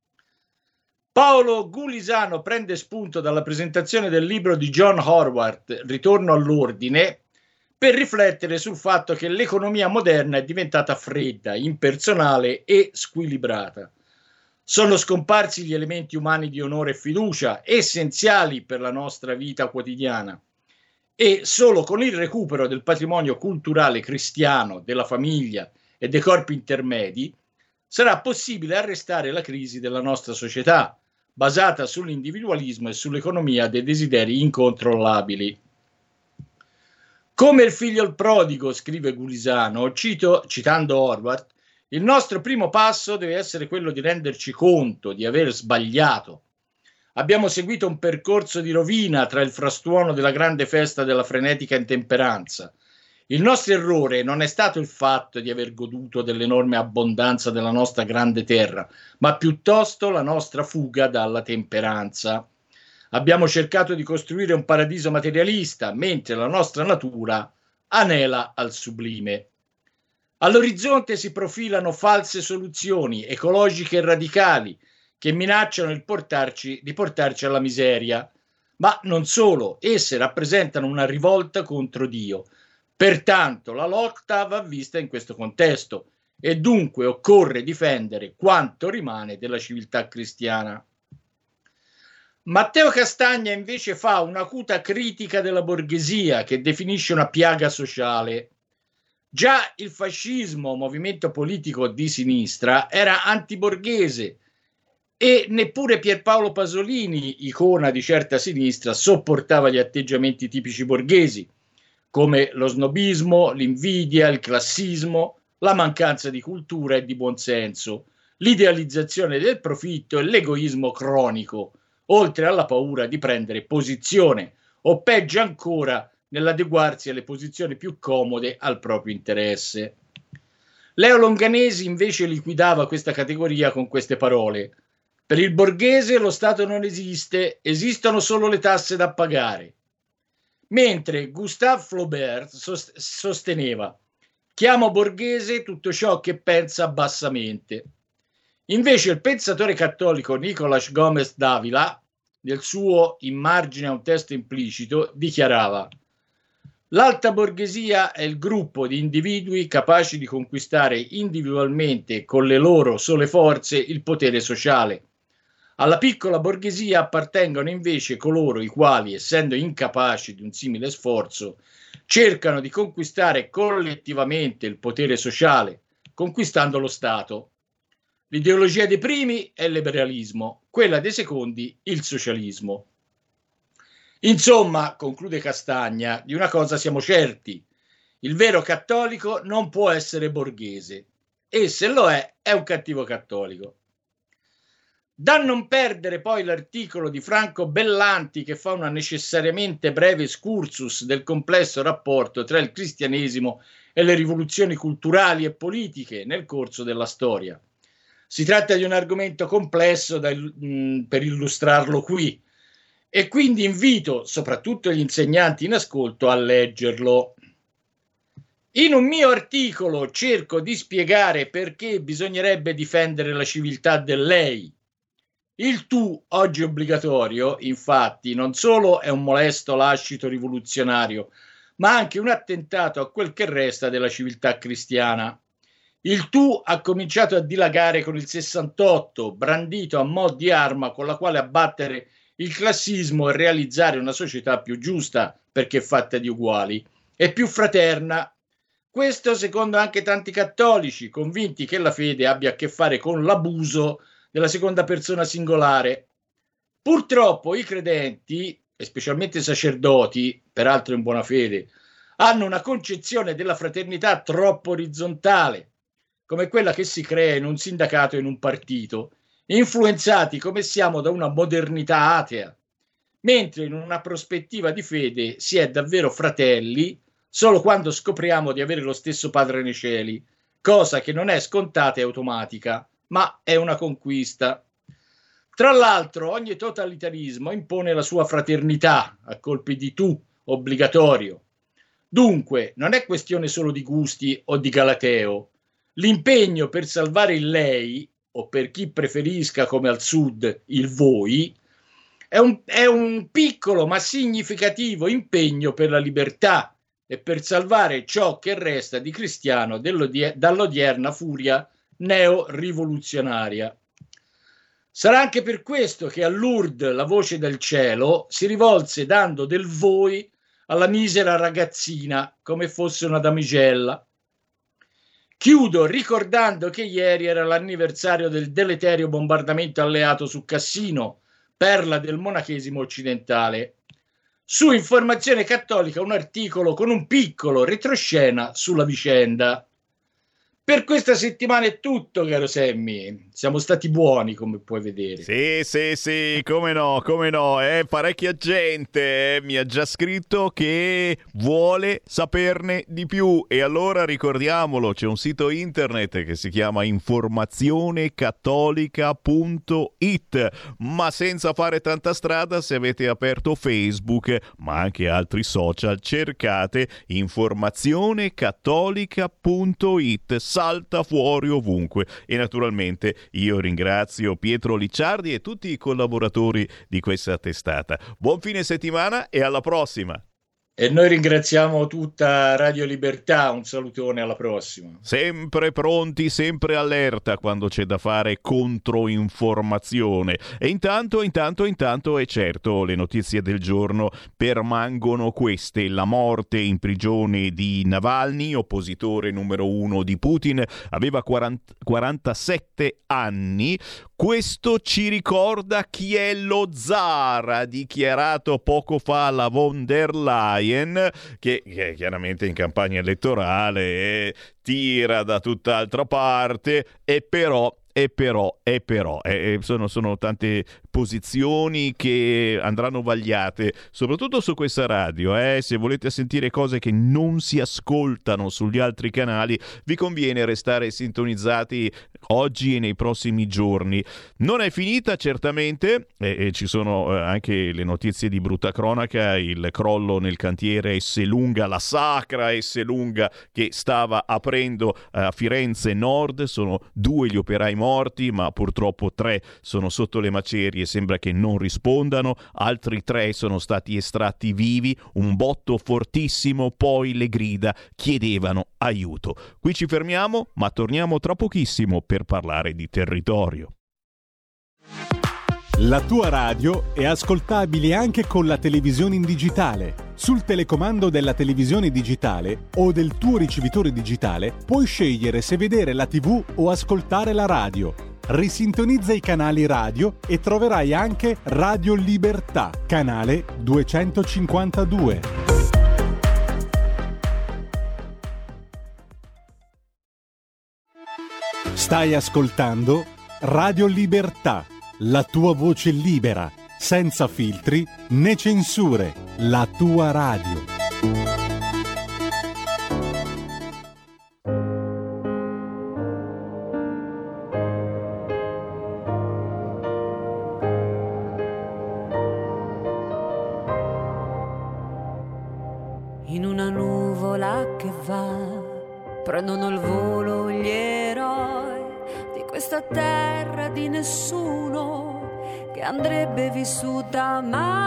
Paolo Gulisano prende spunto dalla presentazione del libro di John Horvath, Ritorno all'ordine, per riflettere sul fatto che l'economia moderna è diventata fredda, impersonale e squilibrata. Sono scomparsi gli elementi umani di onore e fiducia, essenziali per la nostra vita quotidiana, e solo con il recupero del patrimonio culturale cristiano, della famiglia e dei corpi intermedi sarà possibile arrestare la crisi della nostra società, basata sull'individualismo e sull'economia dei desideri incontrollabili. Come il figlio il prodigo, scrive Gulisano, cito, citando Horvath, il nostro primo passo deve essere quello di renderci conto di aver sbagliato. Abbiamo seguito un percorso di rovina tra il frastuono della grande festa della frenetica intemperanza. Il nostro errore non è stato il fatto di aver goduto dell'enorme abbondanza della nostra grande terra, ma piuttosto la nostra fuga dalla temperanza. Abbiamo cercato di costruire un paradiso materialista, mentre la nostra natura anela al sublime. All'orizzonte si profilano false soluzioni ecologiche e radicali che minacciano il portarci, di portarci alla miseria, ma non solo, esse rappresentano una rivolta contro Dio. Pertanto la lotta va vista in questo contesto e dunque occorre difendere quanto rimane della civiltà cristiana. Matteo Castagna invece fa un'acuta critica della borghesia che definisce una piaga sociale. Già il fascismo, movimento politico di sinistra, era antiborghese e neppure Pierpaolo Pasolini, icona di certa sinistra, sopportava gli atteggiamenti tipici borghesi, come lo snobismo, l'invidia, il classismo, la mancanza di cultura e di buonsenso, l'idealizzazione del profitto e l'egoismo cronico, oltre alla paura di prendere posizione, o peggio ancora, nell'adeguarsi alle posizioni più comode al proprio interesse. Leo Longanesi invece liquidava questa categoria con queste parole: per il borghese lo Stato non esiste, esistono solo le tasse da pagare. Mentre Gustave Flaubert sosteneva: Chiamo borghese tutto ciò che pensa bassamente. Invece il pensatore cattolico Nicolás Gómez Dávila, nel suo In margine a un testo implicito, dichiarava: l'alta borghesia è il gruppo di individui capaci di conquistare individualmente con le loro sole forze il potere sociale. Alla piccola borghesia appartengono invece coloro i quali, essendo incapaci di un simile sforzo, cercano di conquistare collettivamente il potere sociale, conquistando lo Stato. L'ideologia dei primi è il liberalismo, quella dei secondi il socialismo. Insomma, conclude Castagna, di una cosa siamo certi: il vero cattolico non può essere borghese, e se lo è, è un cattivo cattolico. Da non perdere poi l'articolo di Franco Bellanti, che fa una necessariamente breve excursus del complesso rapporto tra il cristianesimo e le rivoluzioni culturali e politiche nel corso della storia. Si tratta di un argomento complesso da, mh, per illustrarlo qui, e quindi invito soprattutto gli insegnanti in ascolto a leggerlo. In un mio articolo cerco di spiegare perché bisognerebbe difendere la civiltà del lei. Il tu, oggi obbligatorio, infatti, non solo è un molesto lascito rivoluzionario, ma anche un attentato a quel che resta della civiltà cristiana. Il tu ha cominciato a dilagare con il sessantotto, brandito a mo' di arma con la quale abbattere il classismo e realizzare una società più giusta, perché fatta di uguali, e più fraterna. Questo secondo anche tanti cattolici, convinti che la fede abbia a che fare con l'abuso della seconda persona singolare. Purtroppo i credenti, e specialmente i sacerdoti, peraltro in buona fede, hanno una concezione della fraternità troppo orizzontale, come quella che si crea in un sindacato e in un partito, influenzati come siamo da una modernità atea, mentre in una prospettiva di fede si è davvero fratelli solo quando scopriamo di avere lo stesso Padre nei cieli, cosa che non è scontata e automatica, ma è una conquista. Tra l'altro, ogni totalitarismo impone la sua fraternità a colpi di tu, obbligatorio. Dunque, non è questione solo di gusti o di galateo. L'impegno per salvare il lei, o per chi preferisca come al sud il voi, è un, è un piccolo ma significativo impegno per la libertà e per salvare ciò che resta di cristiano dall'odierna furia neo-rivoluzionaria. Sarà anche per questo che a Lourdes la voce del cielo si rivolse dando del voi alla misera ragazzina come fosse una damigella. Chiudo ricordando che ieri era l'anniversario del deleterio bombardamento alleato su Cassino, perla del monachesimo occidentale. Su Informazione Cattolica un articolo con un piccolo retroscena sulla vicenda. Per questa settimana è tutto, caro Sammy. Siamo stati buoni, come puoi vedere. Sì, sì, sì, come no, come no. Eh, parecchia gente eh, mi ha già scritto che vuole saperne di più. E allora ricordiamolo, c'è un sito internet che si chiama informazione cattolica punto it. Ma senza fare tanta strada, se avete aperto Facebook, ma anche altri social, cercate informazione cattolica punto it. Salta fuori ovunque. E naturalmente io ringrazio Pietro Licciardi e tutti i collaboratori di questa testata. Buon fine settimana e alla prossima. E noi ringraziamo tutta Radio Libertà, un salutone, alla prossima. Sempre pronti, sempre allerta quando c'è da fare controinformazione. E intanto, intanto, intanto è certo, le notizie del giorno permangono queste: la morte in prigione di Navalny, oppositore numero uno di Putin, aveva quaranta, quarantasette anni. Questo ci ricorda chi è lo zar, ha dichiarato poco fa la von der Leyen, che, che è chiaramente in campagna elettorale e tira da tutt'altra parte, e però E però, e però, e sono, sono tante posizioni che andranno vagliate, soprattutto su questa radio. Eh? Se volete sentire cose che non si ascoltano sugli altri canali, vi conviene restare sintonizzati oggi e nei prossimi giorni. Non è finita certamente, e, e ci sono eh, anche le notizie di brutta cronaca, il crollo nel cantiere Esselunga, la sacra Esselunga che stava aprendo a Firenze Nord. Sono due gli operai morti, ma purtroppo tre sono sotto le macerie, sembra che non rispondano, altri tre sono stati estratti vivi, un botto fortissimo, poi le grida chiedevano aiuto. Qui ci fermiamo, ma torniamo tra pochissimo per parlare di territorio. La tua radio è ascoltabile anche con la televisione in digitale. Sul telecomando della televisione digitale o del tuo ricevitore digitale puoi scegliere se vedere la tivù o ascoltare la radio. Risintonizza i canali radio e troverai anche Radio Libertà, canale duecentocinquantadue. Stai ascoltando Radio Libertà, la tua voce libera, senza filtri né censure, la tua radio. In una nuvola che va, prendono il volo gli eroi di questa terra di nessuno che andrebbe vissuta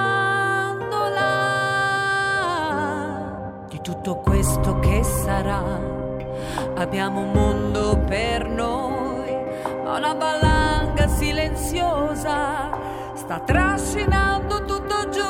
mandolà. Di tutto questo che sarà abbiamo un mondo per noi, ma una valanga silenziosa sta trascinando tutto giù.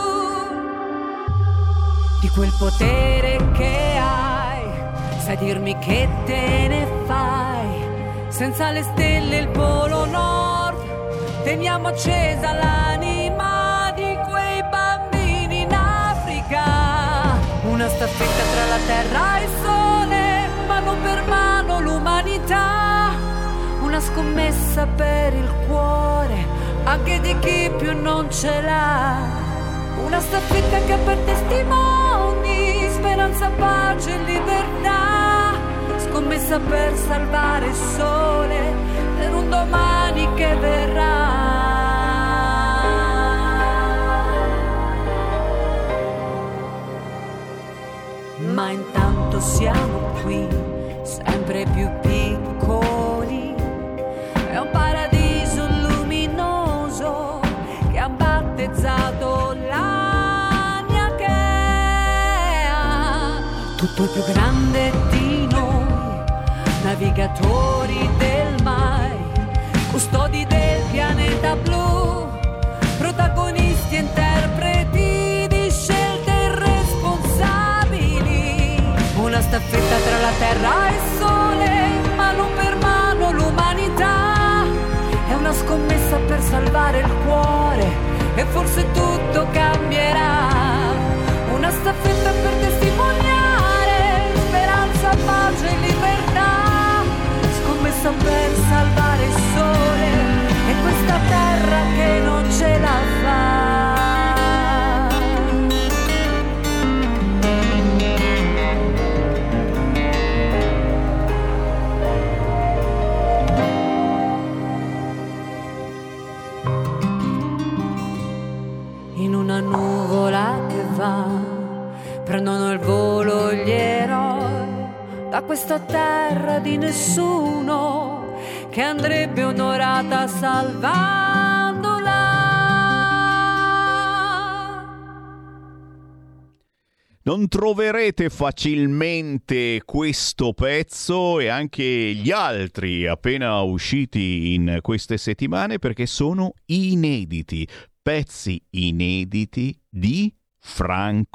Di quel potere che hai, sai dirmi che te ne fai? Senza le stelle il polo nord, teniamo accesa l'anima di quei bambini in Africa. Una staffetta tra la terra e il sole, mano per mano l'umanità. Una scommessa per il cuore, anche di chi più non ce l'ha. Una staffetta che per testimoni, speranza, pace e libertà. Scommessa per salvare il sole, per un domani che verrà. Ma intanto siamo qui, sempre più piccoli. È un paradiso luminoso che ha battezzato l'Ania che ha tutto il più grande di noi, navigatori del mare, custodi del pianeta blu, protagonisti e interpreti di scelte irresponsabili. Una staffetta tra la terra e il sole, mano per mano l'umanità. È una scommessa per salvare il cuore e forse tutto cambierà. Una staffetta per testimoniare speranza, pace e libertà. Scommessa per salvare il sole e questa terra che non ce la fa. In una nuvola che va, prendono il volo gli eroi da questa terra di nessuno che andrebbe onorata salvandola. Non troverete facilmente questo pezzo e anche gli altri appena usciti in queste settimane, perché sono inediti, pezzi inediti di Franco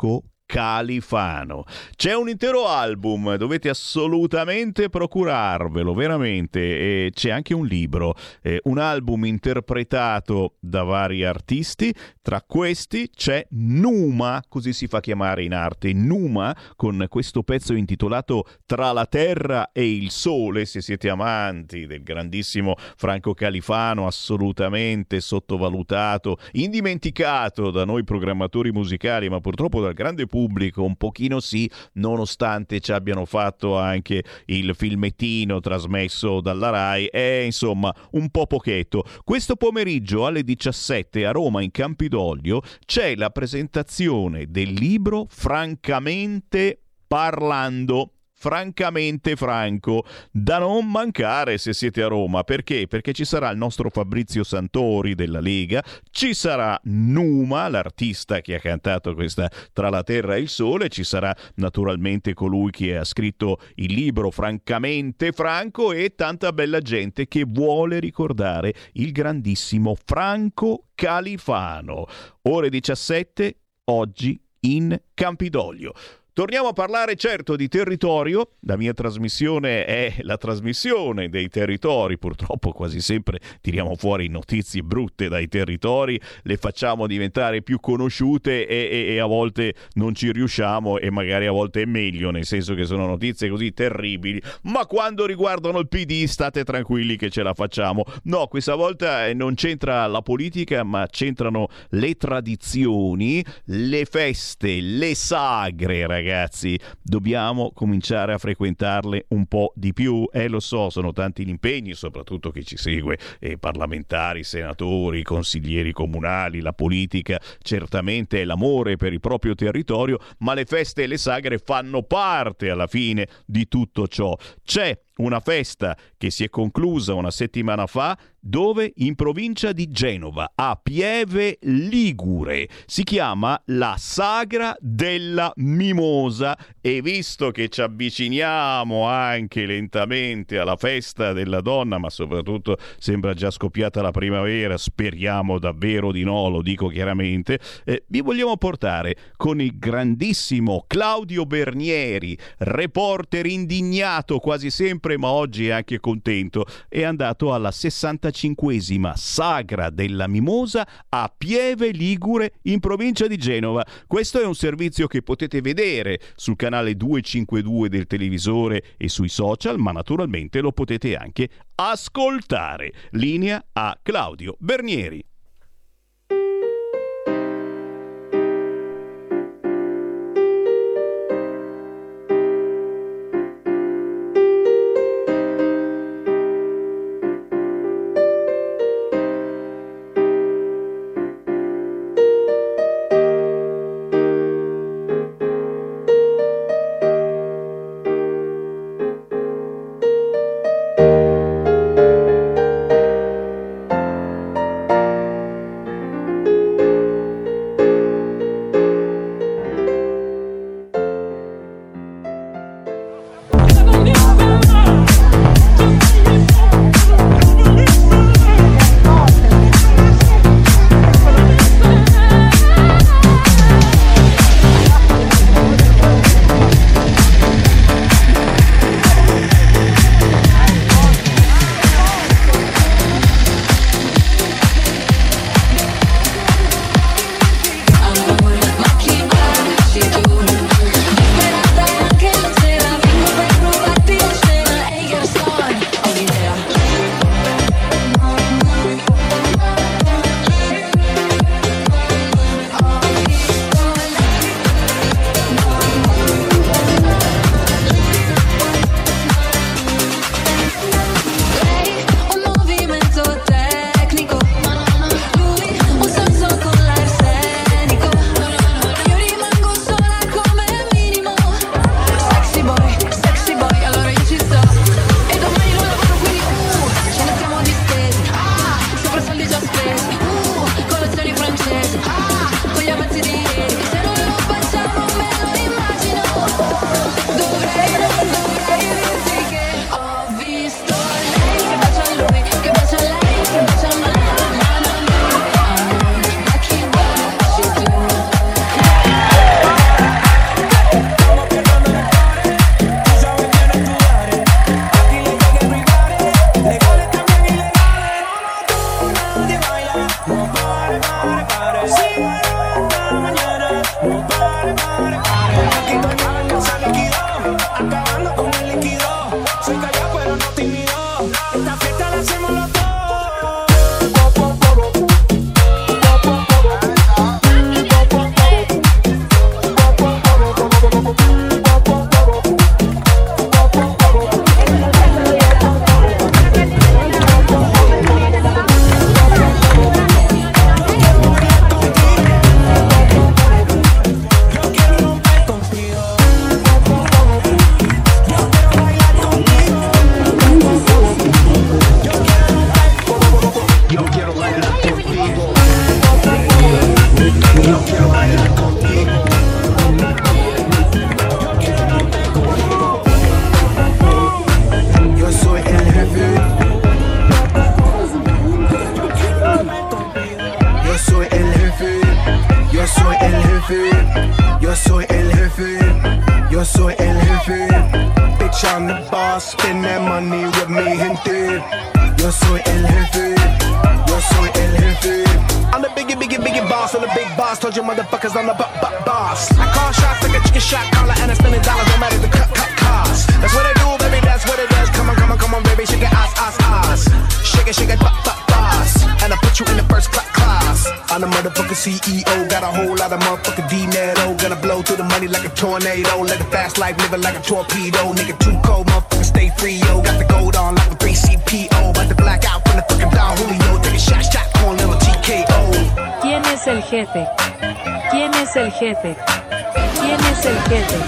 Califano. C'è un intero album, dovete assolutamente procurarvelo, veramente, e c'è anche un libro, eh, un album interpretato da vari artisti. Tra questi c'è Numa, così si fa chiamare in arte, Numa, con questo pezzo intitolato Tra la terra e il sole. Se siete amanti del grandissimo Franco Califano, assolutamente sottovalutato, indimenticato da noi programmatori musicali, ma purtroppo dal grande pubblico un pochino sì, nonostante ci abbiano fatto anche il filmettino trasmesso dalla Rai, è insomma un po' pochetto. Questo pomeriggio alle diciassette a Roma in Campidoglio c'è la presentazione del libro Francamente parlando. Francamente Franco, da non mancare se siete a Roma. Perché? Perché ci sarà il nostro Fabrizio Santori della Lega, ci sarà Numa, l'artista che ha cantato questa Tra la terra e il sole, ci sarà naturalmente colui che ha scritto il libro Francamente Franco e tanta bella gente che vuole ricordare il grandissimo Franco Califano. Ore diciassette, oggi in Campidoglio. Torniamo a parlare certo di territorio. La mia trasmissione è la trasmissione dei territori. Purtroppo quasi sempre tiriamo fuori notizie brutte dai territori, le facciamo diventare più conosciute e, e, e a volte non ci riusciamo, e magari a volte è meglio, nel senso che sono notizie così terribili. Ma quando riguardano il P D state tranquilli che ce la facciamo. No, questa volta non c'entra la politica, ma c'entrano le tradizioni, le feste, le sagre, ragazzi. Ragazzi, dobbiamo cominciare a frequentarle un po' di più. Eh, lo so, sono tanti gli impegni, soprattutto chi ci segue, eh, parlamentari, senatori, consiglieri comunali, la politica certamente è l'amore per il proprio territorio, ma le feste e le sagre fanno parte alla fine di tutto ciò. C'è una festa che si è conclusa una settimana fa, dove? In provincia di Genova, a Pieve Ligure. Si chiama la Sagra della Mimosa, e visto che ci avviciniamo anche lentamente alla festa della donna, ma soprattutto sembra già scoppiata la primavera, speriamo davvero di no, lo dico chiaramente, eh, vi vogliamo portare con il grandissimo Claudio Bernieri, reporter indignato quasi sempre, ma oggi è anche contento. È andato alla sessantacinquesima Sagra della Mimosa a Pieve Ligure in provincia di Genova. Questo è un servizio che potete vedere sul canale duecentocinquantadue del televisore e sui social, ma naturalmente lo potete anche ascoltare. Linea a Claudio Bernieri. C E O, got a whole lot of motherfucking D-Netto. Gonna blow through the money like a tornado. Live a fast life, living like a torpedo. Nigga too cold, motherfucker stay free, yo. Got the gold on like a three C P O. About to black out from the fucking Don Julio. Take a shot, shot, con little T K O. ¿Quién es el jefe? ¿Quién es el jefe? ¿Quién es el jefe?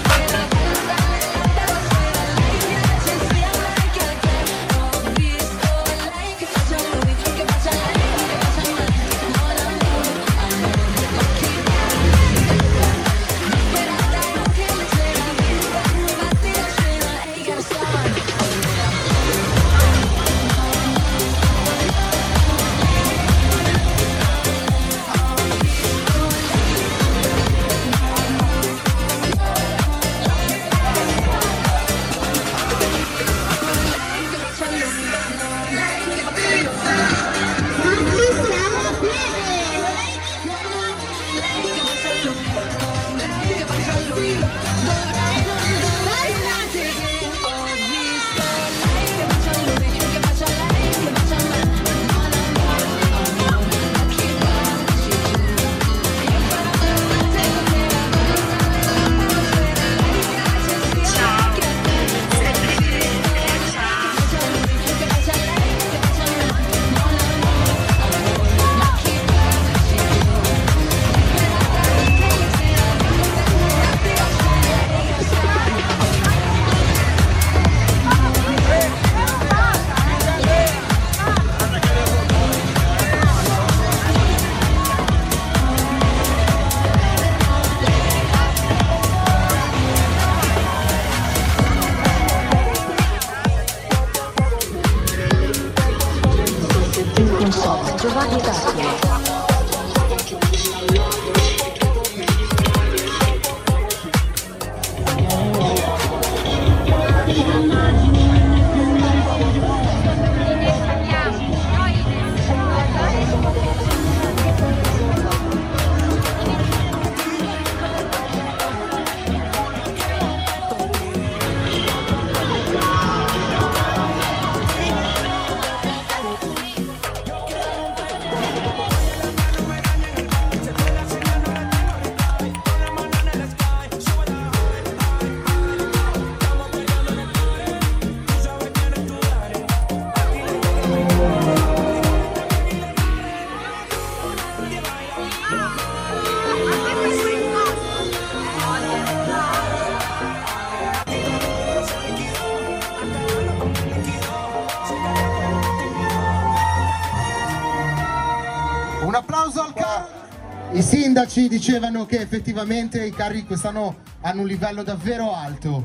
Un applauso al carro. I sindaci dicevano che effettivamente i carri quest'anno hanno un livello davvero alto.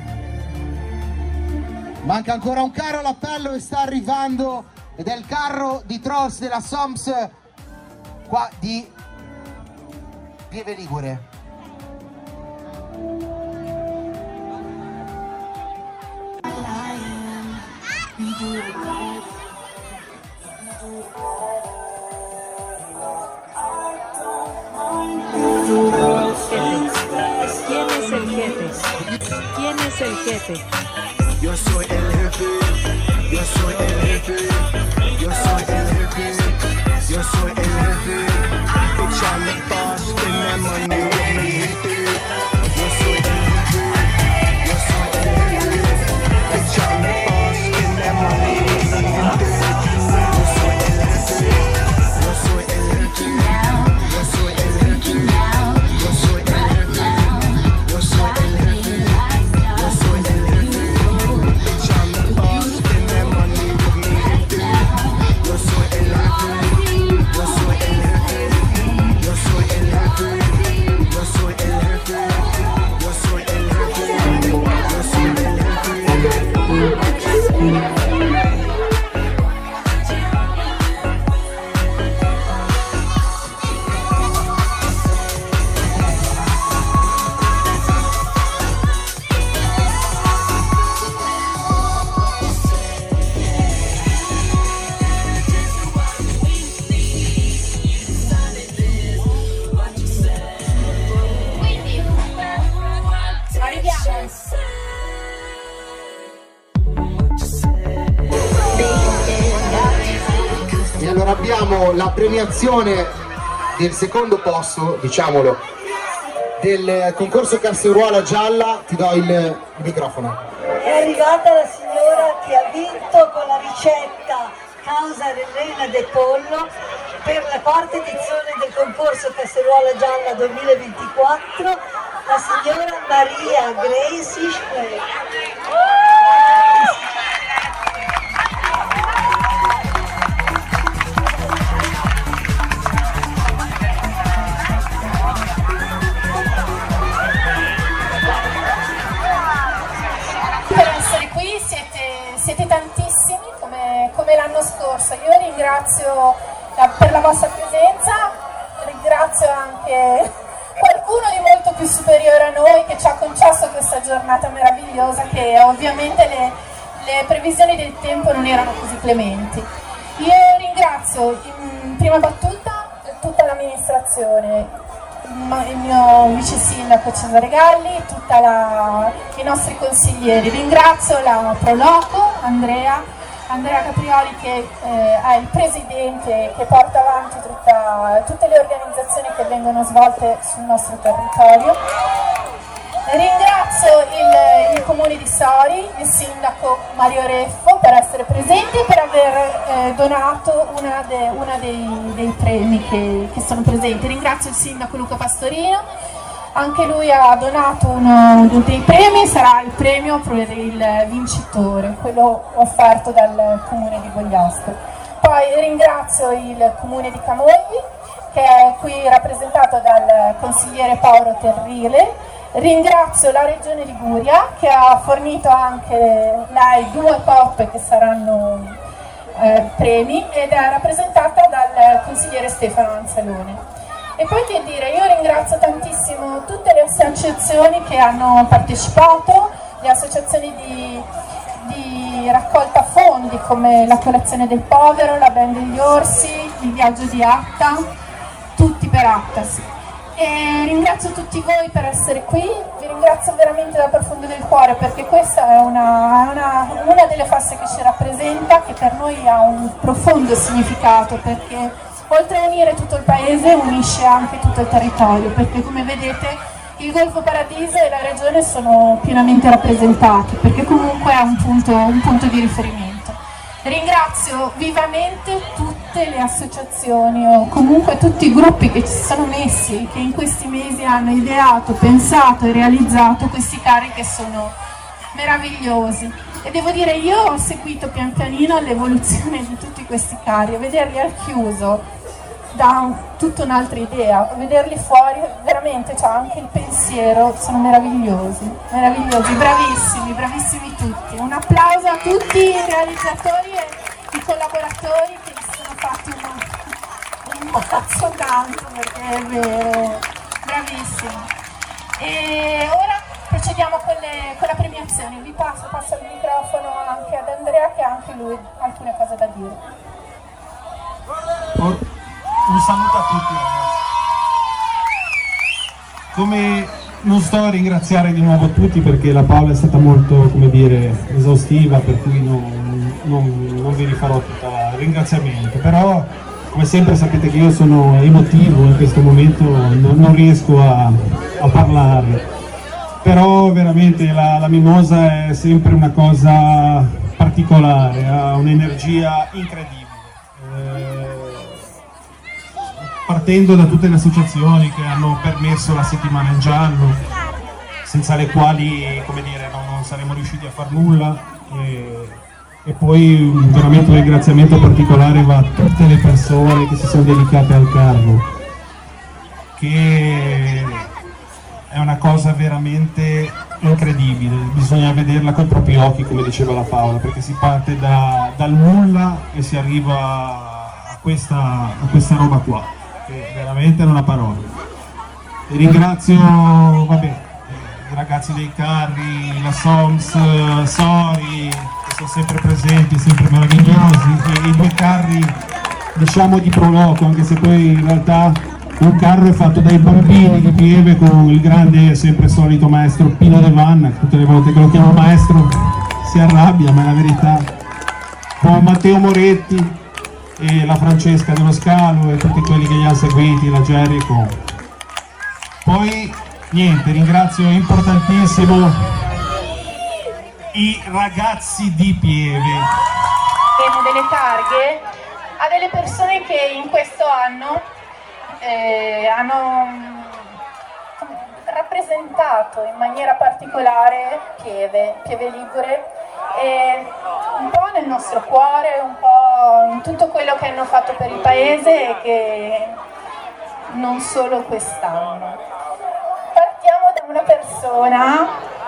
Manca ancora un carro all'appello e sta arrivando, ed è il carro di Trolls della Soms qua di Pieve Ligure. ¿Quién es el jefe? Yo soy el jefe, yo soy el jefe, yo soy el jefe, yo soy el jefe. Bitch, I'm the boss, spend that money with me, jefe. Yo soy el jefe, yo soy el jefe. Bitch, I'm the boss, spend that money with me, jefe. Yo soy el jefe, yo soy el jefe, yo soy el jefe, yo soy el jefe, yo soy el jefe, yo soy el jefe. Bitch, I'm the boss, spend that money with me, jefe. Yo soy el jefe, yo soy el jefe, yo soy el jefe, yo soy el jefe, yo soy el jefe, yo soy el jefe. E allora abbiamo la premiazione del secondo posto, diciamolo, del concorso Casseruola Gialla. Ti do il, il microfono. È arrivata la signora che ha vinto con la ricetta Causa Rellena de Pollo per la quarta edizione del concorso Casseruola Gialla duemilaventiquattro, la signora Maria Gracie Schneck. Siete tantissimi come, come l'anno scorso. Io ringrazio la, per la vostra presenza, ringrazio anche qualcuno di molto più superiore a noi che ci ha concesso questa giornata meravigliosa, che ovviamente le, le previsioni del tempo non erano così clementi. Io ringrazio in prima battuta tutta l'amministrazione, il mio vice sindaco Cesare Galli, tutti i nostri consiglieri. Ringrazio la Proloco, Andrea, Andrea Caprioli che eh, è il presidente che porta avanti tutta, tutte le organizzazioni che vengono svolte sul nostro territorio. Ringrazio il, il comune di Sori, il sindaco Mario Reffo per essere presente e per aver eh, donato una, de, una dei, dei premi che, che sono presenti. Ringrazio il sindaco Luca Pastorino, anche lui ha donato uno dei premi, sarà il premio per il vincitore, quello offerto dal comune di Bogliasco. Poi ringrazio il comune di Camogli che è qui rappresentato dal consigliere Paolo Terrile. Ringrazio la Regione Liguria che ha fornito anche lei due coppe che saranno eh, premi ed è rappresentata dal consigliere Stefano Anzalone. E poi che dire, io ringrazio tantissimo tutte le associazioni che hanno partecipato, le associazioni di, di raccolta fondi come la Collezione del Povero, la Band degli Orsi, il Viaggio di Atta, tutti per Atta, sì. E ringrazio tutti voi per essere qui, vi ringrazio veramente dal profondo del cuore perché questa è una, una, una delle fosse che ci rappresenta, che per noi ha un profondo significato perché oltre a unire tutto il paese unisce anche tutto il territorio, perché come vedete il Golfo Paradiso e la regione sono pienamente rappresentati perché comunque è un punto, un punto di riferimento. Ringrazio vivamente tutte le associazioni o comunque tutti i gruppi che ci sono messi, che in questi mesi hanno ideato, pensato e realizzato questi carri che sono meravigliosi. E devo dire, io ho seguito pian pianino l'evoluzione di tutti questi carri, a vederli al chiuso dà tutta un'altra idea, vederli fuori veramente c'è anche il pensiero, sono meravigliosi, meravigliosi, bravissimi, bravissimi tutti. Un applauso a tutti i realizzatori e i collaboratori che si sono fatti un, un mazzo tanto, perché è vero, bravissimi. E ora procediamo con, le, con la premiazione, vi passo, passo il microfono anche ad Andrea che ha anche lui alcune cose da dire. Un saluto a tutti ragazzi. Come non sto a ringraziare di nuovo tutti perché la Paola è stata molto, come dire, esaustiva, per cui non, non, non vi rifarò tutto il ringraziamento, però come sempre sapete che io sono emotivo in questo momento, non, non riesco a, a parlare, però veramente la, la Mimosa è sempre una cosa particolare, ha un'energia incredibile. Eh, partendo da tutte le associazioni che hanno permesso la settimana in giallo, senza le quali, come dire, non, non saremmo riusciti a far nulla, e, e poi veramente un ringraziamento particolare va a tutte le persone che si sono dedicate al carro, che è una cosa veramente incredibile, bisogna vederla con i propri occhi, come diceva la Paola, perché si parte da, dal nulla e si arriva a questa, a questa roba qua, che veramente non ha parole. E ringrazio, vabbè, i ragazzi dei carri, la Soms, Sori, che sono sempre presenti, sempre meravigliosi, e i due carri, diciamo, di Proloco, anche se poi in realtà un carro è fatto dai bambini di Pieve con il grande, sempre solito maestro Pino De Vanna, tutte le volte che lo chiamo maestro si arrabbia, ma è la verità, con Matteo Moretti e la Francesca dello Scalo e tutti quelli che li hanno seguiti, la Jericho. Poi niente, ringrazio importantissimo i ragazzi di Pieve. Delle targhe a delle persone che in questo anno eh, hanno rappresentato in maniera particolare Pieve, Pieve Ligure, e un po' nel nostro cuore, un po' in tutto quello che hanno fatto per il paese, e che non solo quest'anno. Partiamo da una persona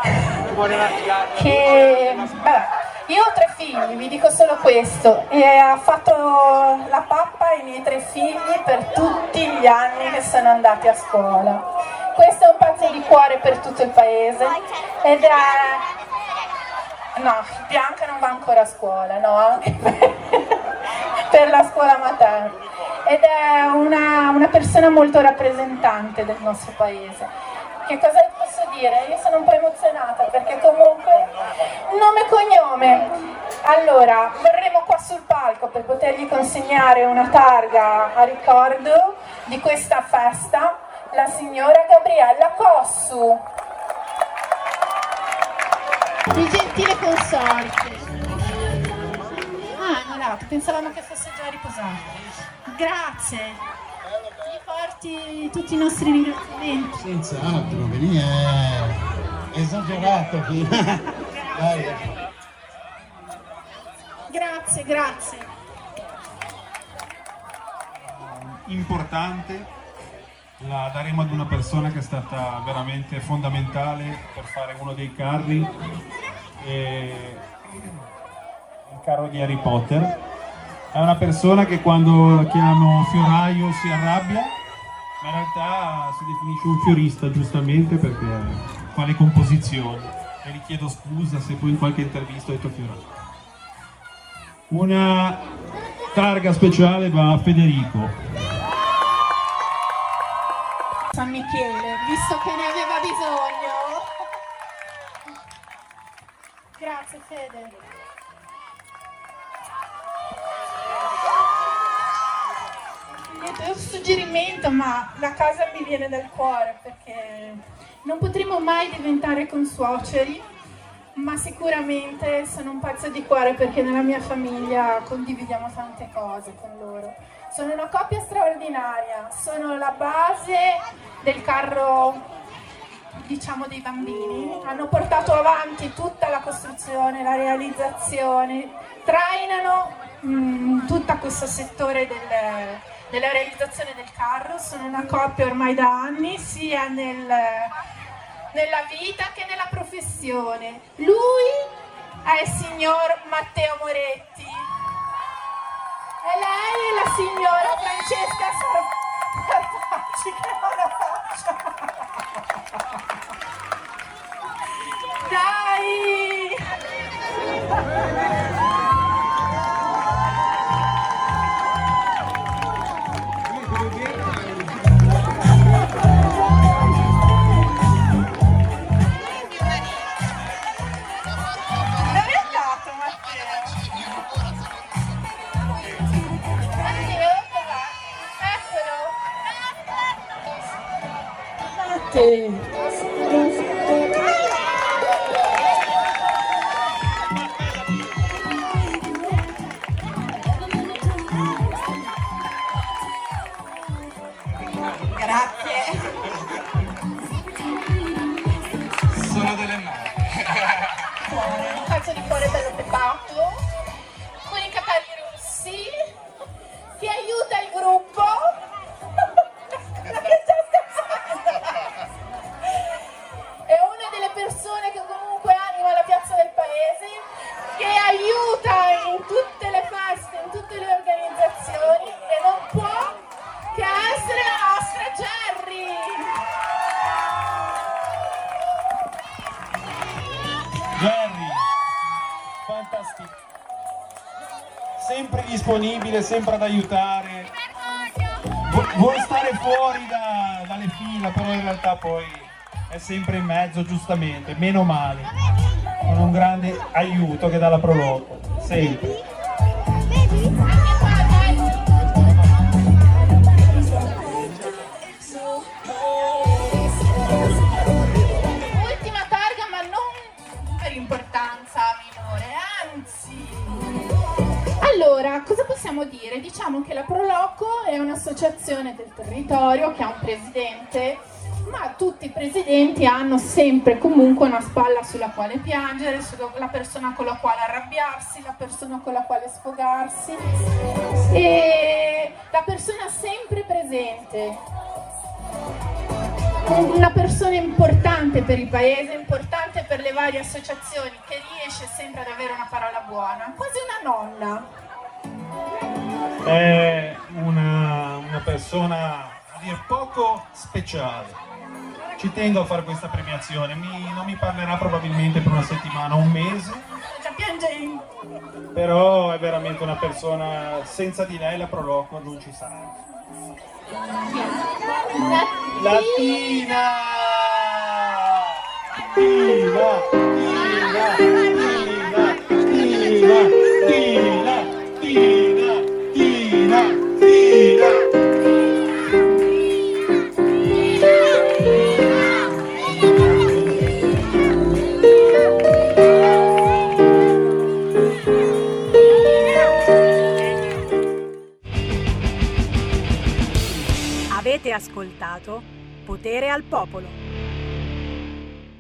che, beh, io ho tre figli, vi dico solo questo, e ha fatto la pappa ai miei tre figli per tutti gli anni che sono andati a scuola. Questo è un pezzo di cuore per tutto il paese, ed è... No, Bianca non va ancora a scuola, no, anche per, per la scuola materna. Ed è una, una persona molto rappresentante del nostro paese. Che cosa posso dire? Io sono un po' emozionata perché comunque nome e cognome. Allora, verremo qua sul palco per potergli consegnare una targa a ricordo di questa festa, la signora Gabriella Cossu. Il gentile consorte. Ah, no, pensavamo che fosse già riposato. Grazie. Gli porti tutti i nostri ringraziamenti. Senza altro, vedi, è esagerato qui. Dai. Grazie, grazie. Importante. La daremo ad una persona che è stata veramente fondamentale per fare uno dei carri, e il carro di Harry Potter. È una persona che quando la chiamo fioraio si arrabbia, ma in realtà si definisce un fiorista, giustamente, perché fa le composizioni, e gli chiedo scusa se poi in qualche intervista ho detto fioraio. Una targa speciale va a Federico San Michele, visto che ne aveva bisogno. Grazie Fede. È un suggerimento, ma la casa mi viene dal cuore, perché non potremo mai diventare consuoceri, ma sicuramente sono un pezzo di cuore perché nella mia famiglia condividiamo tante cose con loro. Sono una coppia straordinaria, sono la base del carro, diciamo, dei bambini. Hanno portato avanti tutta la costruzione, la realizzazione, trainano mh, tutto questo settore del, della realizzazione del carro. Sono una coppia ormai da anni, sia nel, nella vita che nella professione. Lui è il signor Matteo Moretti. E lei è la signora Francesca Sartacci, che buona faccia! Dai! Grazie. Grazie. Sono delle mani. Un pezzo di cuore bello pepato, con i capelli rossi, che aiuta il gruppo. È una delle persone che comunque anima la piazza del paese, che aiuta in tutte le feste, in tutte le organizzazioni, e non può che essere la nostra Jerry. Jerry, fantastico. Sempre disponibile, sempre ad aiutare. Vu- vuoi stare fuori da- dalle fila, però in realtà poi è sempre in mezzo, giustamente, meno male. Con un grande aiuto che dà la Proloco, sempre. Ultima targa, ma non per importanza minore, anzi. Allora, cosa possiamo dire? Diciamo che la Proloco è un'associazione del territorio che ha un presidente, ma tutti i presidenti hanno sempre comunque una spalla sulla quale piangere, la persona con la quale arrabbiarsi, la persona con la quale sfogarsi, e la persona sempre presente. Una persona importante per il paese, importante per le varie associazioni, che riesce sempre ad avere una parola buona, quasi una nonna. È una, una persona a dir poco speciale. Ci tengo a fare questa premiazione, mi, non mi parlerà probabilmente per una settimana, un mese, Già piange. però è veramente una persona, senza di lei la Proloco non ci sarà. Latina! Tina! Tina! Tina! Tina! Tina! Tina! Tina! Tina! Avete ascoltato Potere al Popolo.